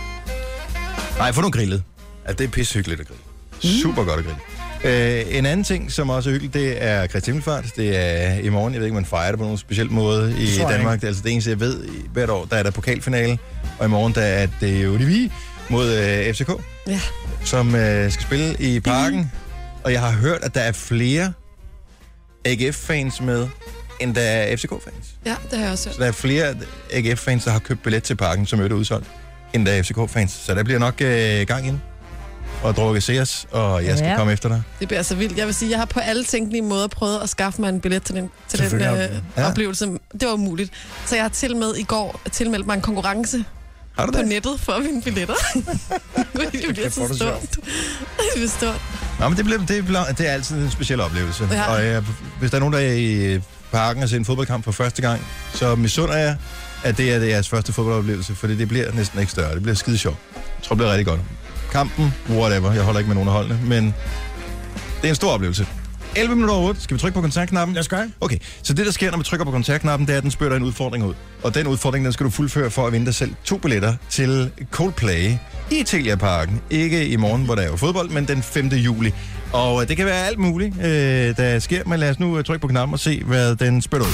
Nej, få nogle grillet. Altså, det er pissehyggeligt at grille. Super godt at grille. En anden ting, som også er hyggeligt, det er Kristi Himmelfart. Det er i morgen. Jeg ved ikke, man fejrer det på nogen speciel måde i Danmark. Det er altså det eneste, jeg ved. Hvert år, der er der pokalfinale. Og i morgen, der er det jo de mod FCK, som skal spille i Parken. Og jeg har hørt, at der er flere AGF-fans med, end der er FCK-fans. Ja, det har jeg også hørt. Så der er flere AGF-fans, der har købt billet til Parken, som er udsolgt, end der er FCK-fans. Så der bliver nok gang ind og drukke Sears, og jeg skal komme efter dig. Det bliver så vildt. Jeg vil sige, jeg har på alle tænkelige måder prøvet at skaffe mig en billet til den oplevelse. Det var umuligt. Så jeg har til med i går tilmeldt mig en konkurrence på nettet for at vinde billetter. Det bliver så stort. Det bliver stort. Nå, men det er altid en speciel oplevelse. Ja. Og hvis der er nogen, der er i Parken og ser en fodboldkamp for første gang, så misunder jeg, at det er jeres første fodboldoplevelse, for det bliver næsten ikke større. Det bliver skide sjovt. Jeg tror, det bliver rigtig godt. Kampen, whatever. Jeg holder ikke med nogen af holdene, men det er en stor oplevelse. 11:08. Skal vi trykke på kontaktknappen? Lad os gøre. Okay, så det der sker, når vi trykker på kontaktknappen, det er, at den spørger dig en udfordring ud. Og den udfordring, den skal du fuldføre for at vinde dig selv 2 billetter til Coldplay i Telia Parken. Ikke i morgen, hvor der er jo fodbold, men den 5. juli. Og det kan være alt muligt, der sker, men lad os nu trykke på knappen og se, hvad den spørger ud.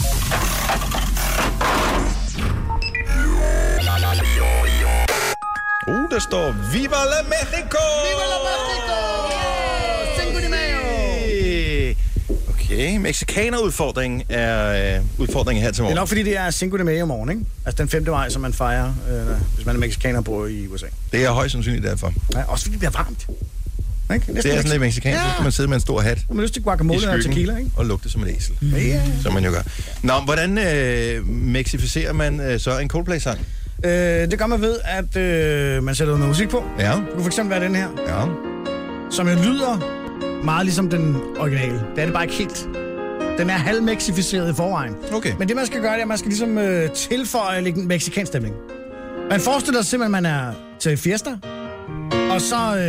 Der står Viva la Mexico! Viva la Mexico! Cinco de Mayo! Okay, mexikanerudfordringen er udfordringen her til morgen. Det er nok, fordi det er Cinco de Mayo i morgen, ikke? Altså den 5. maj, som man fejrer, hvis man er mexikaner bor i USA. Det er højst sandsynligt derfor. Ja, også fordi det bliver varmt. Ikke? Det er sådan lidt mexikansk, så skal man sidde med en stor hat. Man har lyst til guacamole og tequila, ikke? Og lugte som et æsel. Som man jo gør. Nå, hvordan mexificerer man så en Coldplay-sang? Det gør man ved, at man sætter noget musik på. Ja. Det kunne for eksempel være den her. Ja. Som jo lyder meget ligesom den originale. Det er det bare ikke helt. Den er halvmexificeret i forvejen. Okay. Men det man skal gøre, det er, at man skal ligesom tilføje lidt en mexikansk stemning. Man forestiller sig simpelthen, at man er til fiesta. Og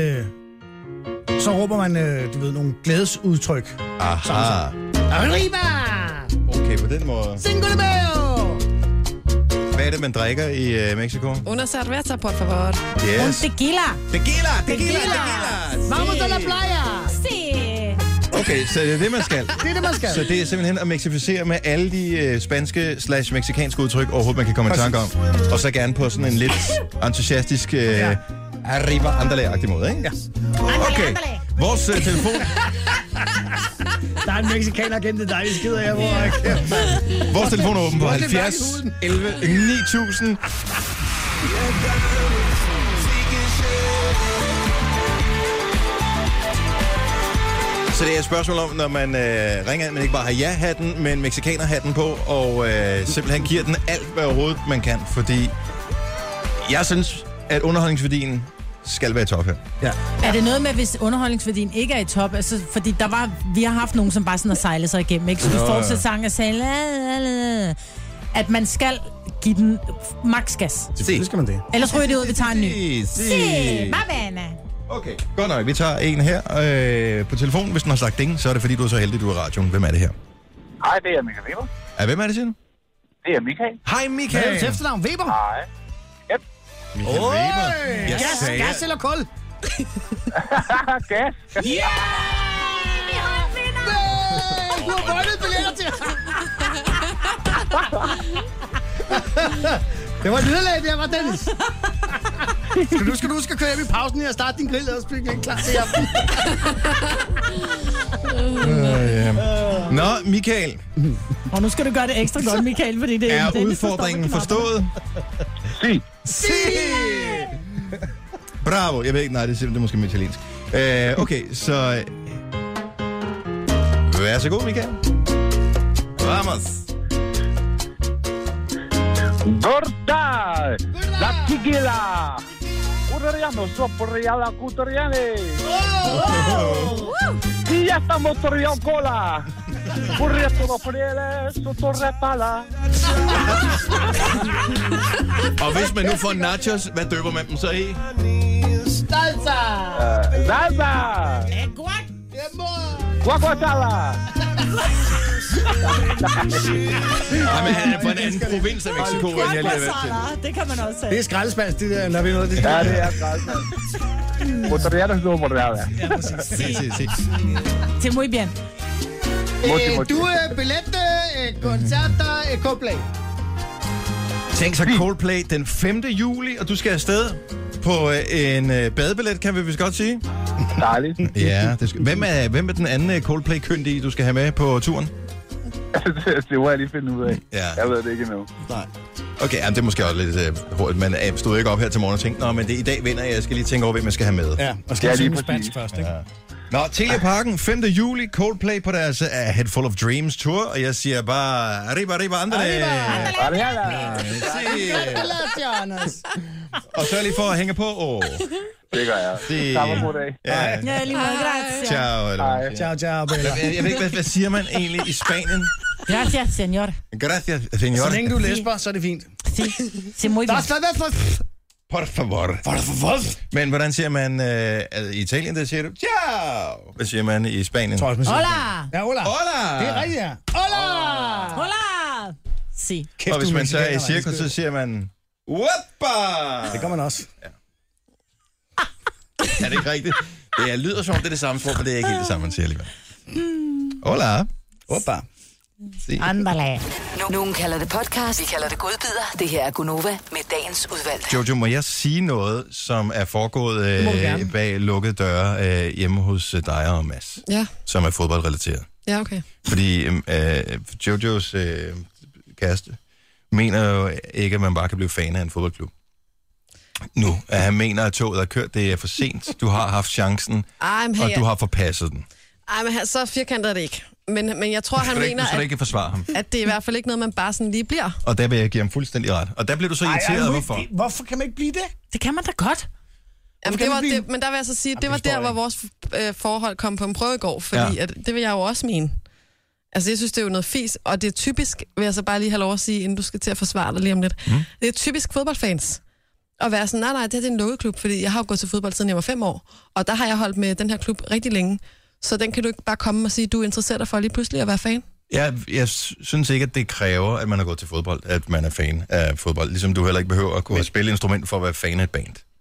så råber man, du ved, nogle glædesudtryk. Aha. Arriba! Okay, på den måde. Cinco de Mayo! Hvad er det, man drikker i Mexico? Una cerveza, por favor. Yes. Un tequila. Tequila. Vamos a la playa. Sí. Okay, så det er det, man skal. Det er det, man skal. Så det er simpelthen at mexificere med alle de spanske/mexikanske udtryk, overhovedet man kan komme i tanke om. Og så gerne på sådan en lidt entusiastisk arriba andale-agtig måde, ikke? Ja. Okay, vores telefon... Der er en mexikaner gennem det dejlige skider, jeg hvor vores telefon er åben på 70 11 9000. Så det er et spørgsmål om, når man ringer, at man ikke bare har ja-hatten, men mexikaner-hatten på, og simpelthen giver den alt, hvad overhovedet man kan. Fordi jeg synes, at underholdningsværdien skal være i top her. Ja. Er det noget med, hvis underholdningsværdien ikke er i top? Altså, fordi vi har haft nogen, som bare sådan har sejlet sig igennem, ikke? Så du fortsætter sangen og siger, at man skal give den max gas. Selvfølgelig skal man det. Ellers ryger det ud, vi tager en ny. Se, Mavana. Okay, godt nok. Vi tager en her på telefonen. Hvis den har sagt ding, så er det fordi, du er så heldig, du er i radioen. Hvem er det her? Hej, det er Michael Weber. Ja, hvem er det, siger du? Det er Michael. Hej, Michael. Hvad er det efternavn? Weber? Hej. Yep. Michael Weber. Gas eller kul? Gas. Ja! Vi har en vinder! Du har vundet billetter til Det var et nederlag, det her var, Dennis. Skal du huske at køre hjem i pausen her og starte din grill og spille klar til i aften? Nå, Michael. Og nu skal du gøre det ekstra godt, Michael, fordi det er udfordringen forstået? Si. Bravo. Jeg ved ikke, nej, det er måske med italiensk. Okay, så... Vær så god, Michael. Vamos. Gorda! La tigila! Udariano, soporriala, cutoriane! Y ya estamos torriendo cola! Corriendo los frieles, sotorrepala! Og hvis man nu får nachos, hvad døber man dem så i? Salsa! Salsa! Guaguatala! Nej, men han er fra en anden provins af Mexico, end jeg lige har været til. Det kan man også sige. Det er skraldespands, det der, når vi noget. Ja, det er skraldespands. Motoriano, så motoriano. Ja, præcis. Til muy bien. Du er billet, koncerter, Coldplay. Tænk så Coldplay den 5. juli, og du skal afsted på en badebillet, kan vi vist godt sige. Dejligt. Ja, hvem er den anden Coldplay-kyndige, du skal have med på turen? Det må jeg lige finde ud af. Ja. Jeg ved det ikke endnu. Nej. Okay, jamen, det er måske også lidt hurtigt, men jeg stod ikke op her til morgen og tænkte, nå, men i dag vinder jeg skal lige tænke over, hvem jeg skal have med. Ja, og skal lige spansk først, ikke? Ja. Nå, Teleparken, 5. juli, Coldplay på deres Head Full of Dreams tour, og jeg siger bare, arriba, andale. Og sørg lige for at hænge på. Det gør jeg. Tak for god dag. Ja, lige meget. Grazie. Ciao, Bella. Jeg ved ikke, hvad siger man egentlig i Spanien? Gracias, señor. Gracias, señor. Så længe du læsper, så er det fint. Sí, muy bien. Por favor. Men hvordan siger man i Italien, der siger du ciao? Hvad siger man i Spanien? Hola. Ja, hola. Det er rigtigt, ja. Hola. Si. Og hvis man så er i cirkus, så siger man wappa. Det gør man også. Ja. Er det ikke rigtigt? Det lyder som om det er det samme sprog, men det er ikke helt det samme, man siger alligevel. Hola. Wappa. Andale. Nogen kalder det podcast, vi kalder det godbider. Det her er Gunova med dagens udvalgte. Jojo, må jeg sige noget, som er foregået bag lukkede døre hjemme hos dig og Mads? Ja. Som er fodboldrelateret. Ja, okay. Fordi Jojos kæreste mener jo ikke, at man bare kan blive fan af en fodboldklub. Nu, at han mener, at toget er kørt, det er for sent. Du har haft chancen, og du har forpasset den. Ej, men så firkantet er det ikke. Men jeg tror, han mener, at det er i hvert fald ikke noget, man bare sådan lige bliver. Og der vil jeg give ham fuldstændig ret. Og der bliver du så irriteret, hvorfor? Hvorfor kan man ikke blive det? Det kan man da godt. Jamen, men der vil jeg så sige, det var der, hvor vores forhold kom på en prøve i går, fordi at, det vil jeg jo også mene. Altså, jeg synes, det er jo noget fis, og det er typisk, vil jeg så bare lige have lov at sige, inden du skal til at forsvare dig lige om lidt. Det er typisk fodboldfans at være sådan, nej, det er en lukket klub, fordi jeg har jo gået til fodbold siden jeg var 5 år, og der har jeg holdt med den her klub rigtig længe. Så den kan du ikke bare komme og sige, at du er interesseret dig for lige pludselig at være fan? Jeg synes ikke, at det kræver, at man har gået til fodbold, at man er fan af fodbold. Ligesom du heller ikke behøver at kunne spille instrument for at være fan af et band.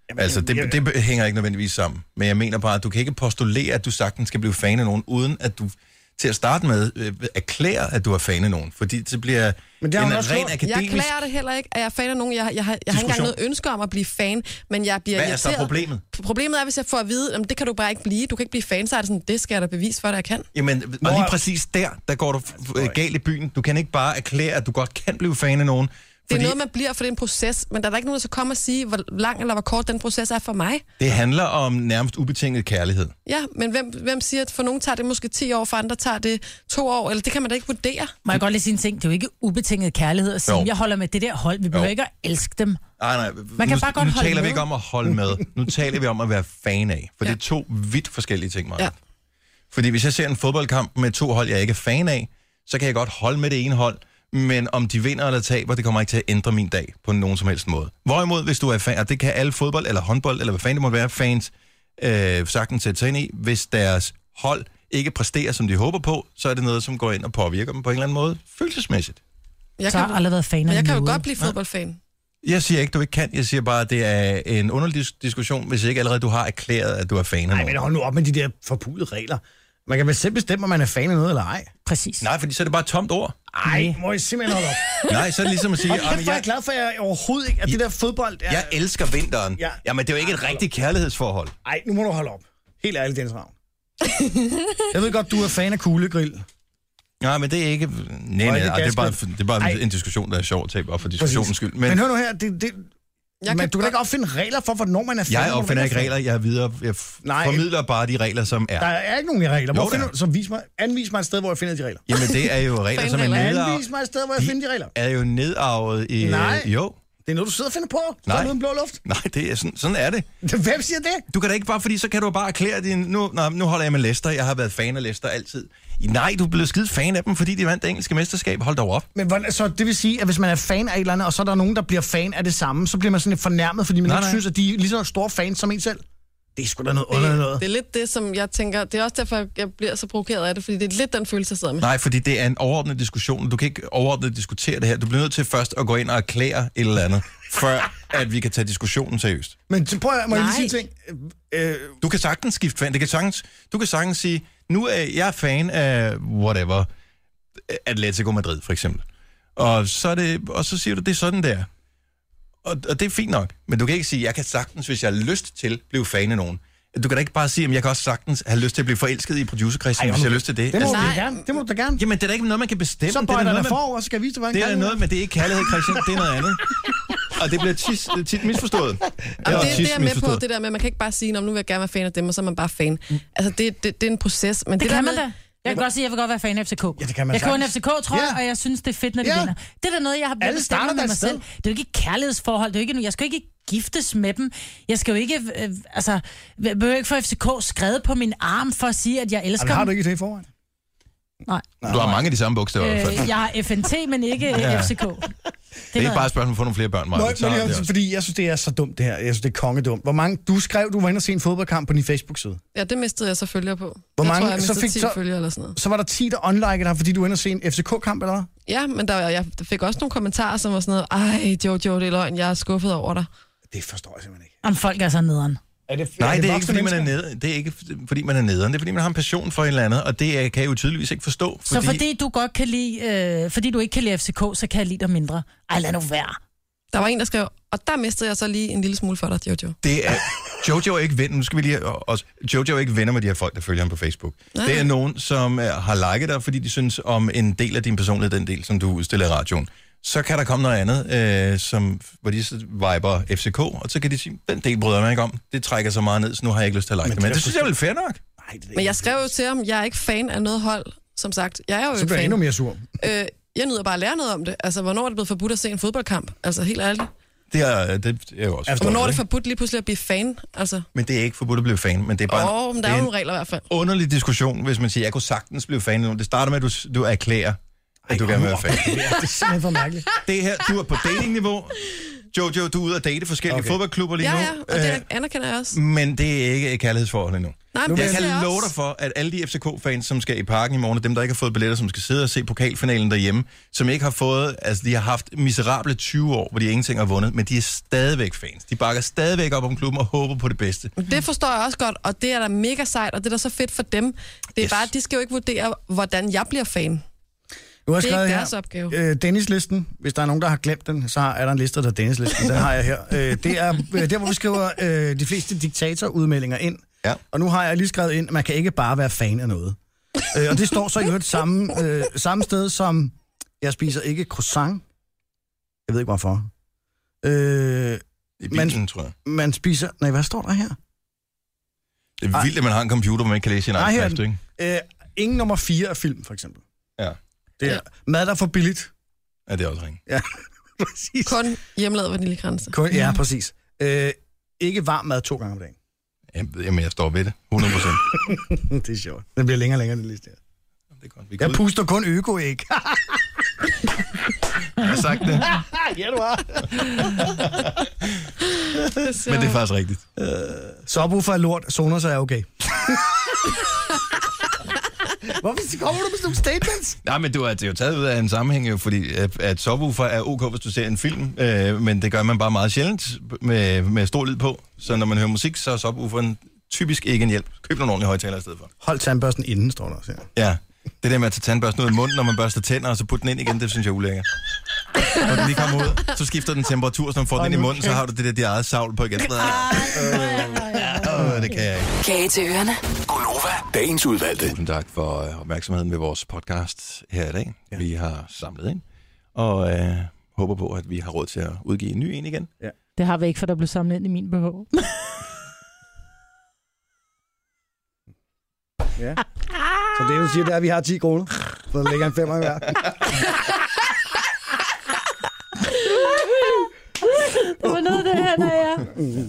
Jamen, altså, det hænger ikke nødvendigvis sammen. Men jeg mener bare, at du kan ikke postulere, at du sagtens skal blive fan af nogen, uden at du til at starte med erklærer, at du er fan af nogen. Fordi det bliver en ren akademisk... Jeg erklærer det heller ikke, at jeg er fan af nogen. Jeg har ikke engang noget ønske om at blive fan, men jeg bliver irriteret. Hvad er så problemet? Problemet er, hvis jeg får at vide, at det kan du bare ikke blive. Du kan ikke blive fan, så er det sådan, det skal jeg da bevise for, at jeg kan. Jamen, og lige præcis der går du galt i byen. Du kan ikke bare erklære, at du godt kan blive fan af nogen. Det er noget, man bliver, for det er en proces, men der er ikke nogen, der skal komme og sige, hvor lang eller hvor kort den proces er for mig. Det handler om nærmest ubetinget kærlighed. Ja, men hvem siger, at for nogen tager det måske 10 år, for andre tager det 2 år, eller det kan man da ikke vurdere. Må jeg godt lige sige en ting? Det er jo ikke ubetinget kærlighed at sige, jeg holder med det der hold. Vi behøver ikke at elske dem. Nej. Man kan bare godt holde med. Nu taler vi ikke om at holde med. Nu taler vi om at være fan af. For det er 2 vidt forskellige ting, Maja. Ja. Fordi hvis jeg ser en fodboldkamp med 2 hold, jeg ikke er fan af, så kan jeg godt holde med det ene hold. Men om de vinder eller taber, det kommer ikke til at ændre min dag på nogen som helst måde. Hvorimod, hvis du er fan, og det kan alle fodbold eller håndbold, eller hvad fanden det må være, fans sagtens sætte sig ind i, hvis deres hold ikke præsterer, som de håber på, så er det noget, som går ind og påvirker dem på en eller anden måde følelsesmæssigt. Jeg har aldrig været fan af jeg kan jo godt blive fodboldfan. Jeg siger ikke, du ikke kan. Jeg siger bare, at det er en underlig diskussion, hvis ikke allerede du har erklæret, at du er fan af noget. Nej, men hold nu op med de der forpulede regler. Man kan vel selv bestemme, om man er fan af noget eller ej. Præcis. Nej, fordi så er det bare et tomt ord. Nej, må jeg simpelthen holde op. Nej, så er det ligesom at sige... Jeg er glad for, at jeg overhovedet ikke... At det der fodbold... Jeg elsker vinteren. Ja. Jamen, det er jo ikke et rigtigt kærlighedsforhold. Nej, nu må du holde op. Helt ærligt, Dennis Ravn. Jeg ved godt, du er fan af kuglegrill. Nej, men det er ikke... Nej, det er bare en diskussion, der er sjov at tage op for diskussionens skyld. Men hør nu her, men du kan ikke opfinde regler for, hvornår man er fan. Jeg opfinder ikke regler, jeg formidler bare de regler, som er. Der er ikke nogen regler. Så anvis mig et sted, hvor jeg finder de regler. Jamen, det er jo regler, som er nedarvet. Anvis mig et sted, hvor jeg finder de regler. Er jo nedarvet i... Nej. Jo. Det er noget, du sidder og finder på. Nej. Uden blå luft. Nej, det er sådan er det. Hvem siger det? Du kan da ikke bare, fordi så kan du bare erklære din... Nu holder jeg med Leicester. Jeg har været fan af Leicester altid. Nej, du er blevet skidt fan af dem, fordi de vandt det engelske mesterskab. Hold dog op. Men så det vil sige, at hvis man er fan af et eller andet, og så er der nogen, der bliver fan af det samme, så bliver man sådan lidt fornærmet, fordi man ikke synes, at de er lige så store fans som en selv. Det er sgu da noget underligt noget. Det er lidt det, som jeg tænker... Det er også derfor, jeg bliver så provokeret af det, fordi det er lidt den følelse, jeg sidder med. Nej, fordi det er en overordnet diskussion. Du kan ikke overordnet diskutere det her. Du bliver nødt til først at gå ind og erklære et eller andet, før at vi kan tage diskussionen seriøst. Men prøv at lige sige ting. Du kan sagtens skifte fan. Du kan sagtens sige, nu er jeg fan af whatever, Atletico Madrid for eksempel. Og så siger du, det er sådan der. Og det er fint nok. Men du kan ikke sige, jeg kan sagtens, hvis jeg har lyst til, blive fan af nogen. Du kan da ikke bare sige, at jeg kan også sagtens have lyst til at blive forelsket i producerkredsen, hvis jeg har lyst til det. Det må du da gerne. Jamen, det er da ikke noget, man kan bestemme. Så bøjer der for, og så skal jeg vise dig, hvad det er noget, men det er ikke kærlighed, Christian. Det er noget andet. Og det bliver tit misforstået. Det er med på, det der med, man kan ikke bare sige, nu vil jeg gerne være fan af dem, og så er man bare fan. Altså, det er en proces. Men det kan man da. Jeg kan godt sige, at jeg vil godt være fan af FCK. Ja, det kan man jeg køber en FCK-trøje, og jeg synes, det er fedt, når de vinder. Det er da noget, jeg har bestemt med mig selv. Det er jo ikke et kærlighedsforhold. Det er jo ikke, jeg skal ikke giftes med dem. Jeg skal jo ikke, behøver ikke få FCK skrevet på min arm for at sige, at jeg elsker dem. Har du ikke det i forvejen? Nej. Du har mange af de samme bogstaver i hvert fald. Jeg har FNT, men ikke FCK. Det er ikke bare et spørgsmål om at få nogle flere børn, Maja. Fordi jeg synes, det er så dumt det her. Jeg synes, det er kongedumt. Hvor mange... Du skrev, du var inde og se en fodboldkamp på din Facebook-side. Ja, det mistede jeg så følgere på. Hvor mange... Jeg tror, jeg 10 følgere eller sådan noget. Så var der 10, der unlikede dig, fordi du var inde og se en FCK-kamp, eller hvad? Ja, men jeg fik også nogle kommentarer, som var sådan noget, ej, Jojo, det er løgn, jeg er skuffet over dig. Det forstår jeg simpelthen ikke. Om folk er så nederen. Nej, det er ikke, fordi man er nederen. Det er ikke, fordi man er nederen. Det er, fordi man har en passion for et eller andet, og det kan jeg jo tydeligvis ikke forstå. Så fordi du godt kan lide, fordi du ikke kan lide FCK, så kan jeg lide dig mindre. Ej, lad nu være. Der var en, der skrev, og der mistede jeg så lige en lille smule for dig, Jojo. Det er... Jojo er ikke ven. Nu skal vi lige også... Jojo er ikke venner med de her folk, der følger ham på Facebook. Nej. Det er nogen, som har liket dig, fordi de synes om en del af din personlighed, den del, som du udstiller i radioen. Så kan der komme noget andet, hvor de viber FCK, og så kan de sige, den del bryder mig ikke om. Det trækker så meget ned, så nu har jeg ikke lyst til at like det. Men det synes jeg er vel fair nok. Nej, men jeg skrev jo til ham, jeg er ikke fan af noget hold, som sagt. Jeg er jo så ikke bliver jeg endnu mere sur. Jeg nyder bare at lære noget om det. Altså, hvornår er det blevet forbudt at se en fodboldkamp? Altså, helt ærligt. Det er jo også. Og hvornår er det forbudt lige pludselig at blive fan? Altså. Men det er ikke forbudt at blive fan, men det er bare men der er jo nogle regler i hvert fald. Underlig diskussion, hvis man siger, jeg kunne sagtens blive fan af nogen. Det starter med, at du erklærer, at du gerne vil være fan. Det er simpelthen for mærkeligt. Det her, du er på datingniveau. Jojo, du er ude at date forskellige fodboldklubber lige nu. Ja, og det anerkender jeg også. Men det er ikke et kærlighedsforhold endnu. Nej, jeg kan love dig for, at alle de FCK-fans, som skal i parken i morgen, dem, der ikke har fået billetter, som skal sidde og se pokalfinalen derhjemme, som ikke har fået, altså de har haft miserable 20 år, hvor de ingenting har vundet, men de er stadigvæk fans. De bakker stadigvæk op om klubben og håber på det bedste. Det forstår jeg også godt, og det er da mega sejt, og det er da så fedt for dem. Det er bare, at de skal jo ikke vurdere, hvordan jeg bliver fan. Du har skrevet det er deres opgave. Dennis-listen. Hvis der er nogen, der har glemt den, så er der en liste, der er Dennis-listen. Den har jeg her. Det er der, hvor vi skriver de fleste diktatorudmeldinger ind. Ja. Og nu har jeg lige skrevet ind, at man kan ikke bare være fan af noget. Og det står så i øvrigt samme sted som, jeg spiser ikke croissant. Jeg ved ikke hvorfor. I bilen, tror jeg. Man spiser... Nej, hvad står der her? Det er vildt, at man har en computer, hvor man ikke kan læse sin egen skrift, ikke? Ingen nummer 4 af film, for eksempel. Ja. Det er mad, der er for billigt. Ja, det er også ring. Ja, præcis. Kun hjemmelavet vaniljekranse. Ja, præcis. Ikke varm mad 2 gange om dagen. Jamen, jeg står ved det. 100%. Det er sjovt. Den bliver længere og længere, den liste her. Det er godt. Jeg puster kun øko-æg. Jeg har sagt det. Ja, du har. Men det er faktisk rigtigt. Subwoofer er lort, Sonos er okay. Hvorfor kommer du med sådan nogle statements? Nej, men det er jo taget ud af en sammenhæng, jo, fordi at subwoofer er ok, hvis du ser en film, men det gør man bare meget sjældent med stor lyd på. Så når man hører musik, så er subwooferen typisk ikke en hjælp. Køb nogle ordentlige højtaler i stedet for. Hold tandbørsten inden, står der også her. Ja, det der med at tage tandbørsten ud i munden, når man børster tænder, og så putte den ind igen, det synes jeg er ulækkert. Når den lige kommer ud, så skifter den temperatur, så når man får den ind i munden, så har du det der dit eget savl på igen. Det kan jeg ikke. Kage til ørerne. Gonova, dagens udvalgte. Tusind tak for opmærksomheden ved vores podcast her i dag. Ja. Vi har samlet ind, og håber på, at vi har råd til at udgive en ny en igen. Ja. Det har vi ikke, for der blev samlet ind i min behov. Ja. Så det du siger, det er, at vi har 10 kroner. Så der ligger en 5 i hver. Det var noget, det her, der er.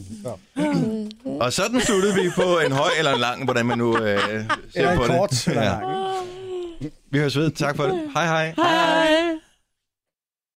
Og sådan sluttede vi på en høj eller en lang, hvordan man nu ser på det. Kort eller lang. Vi høres ved. Tak for det. Hej hej. Hej.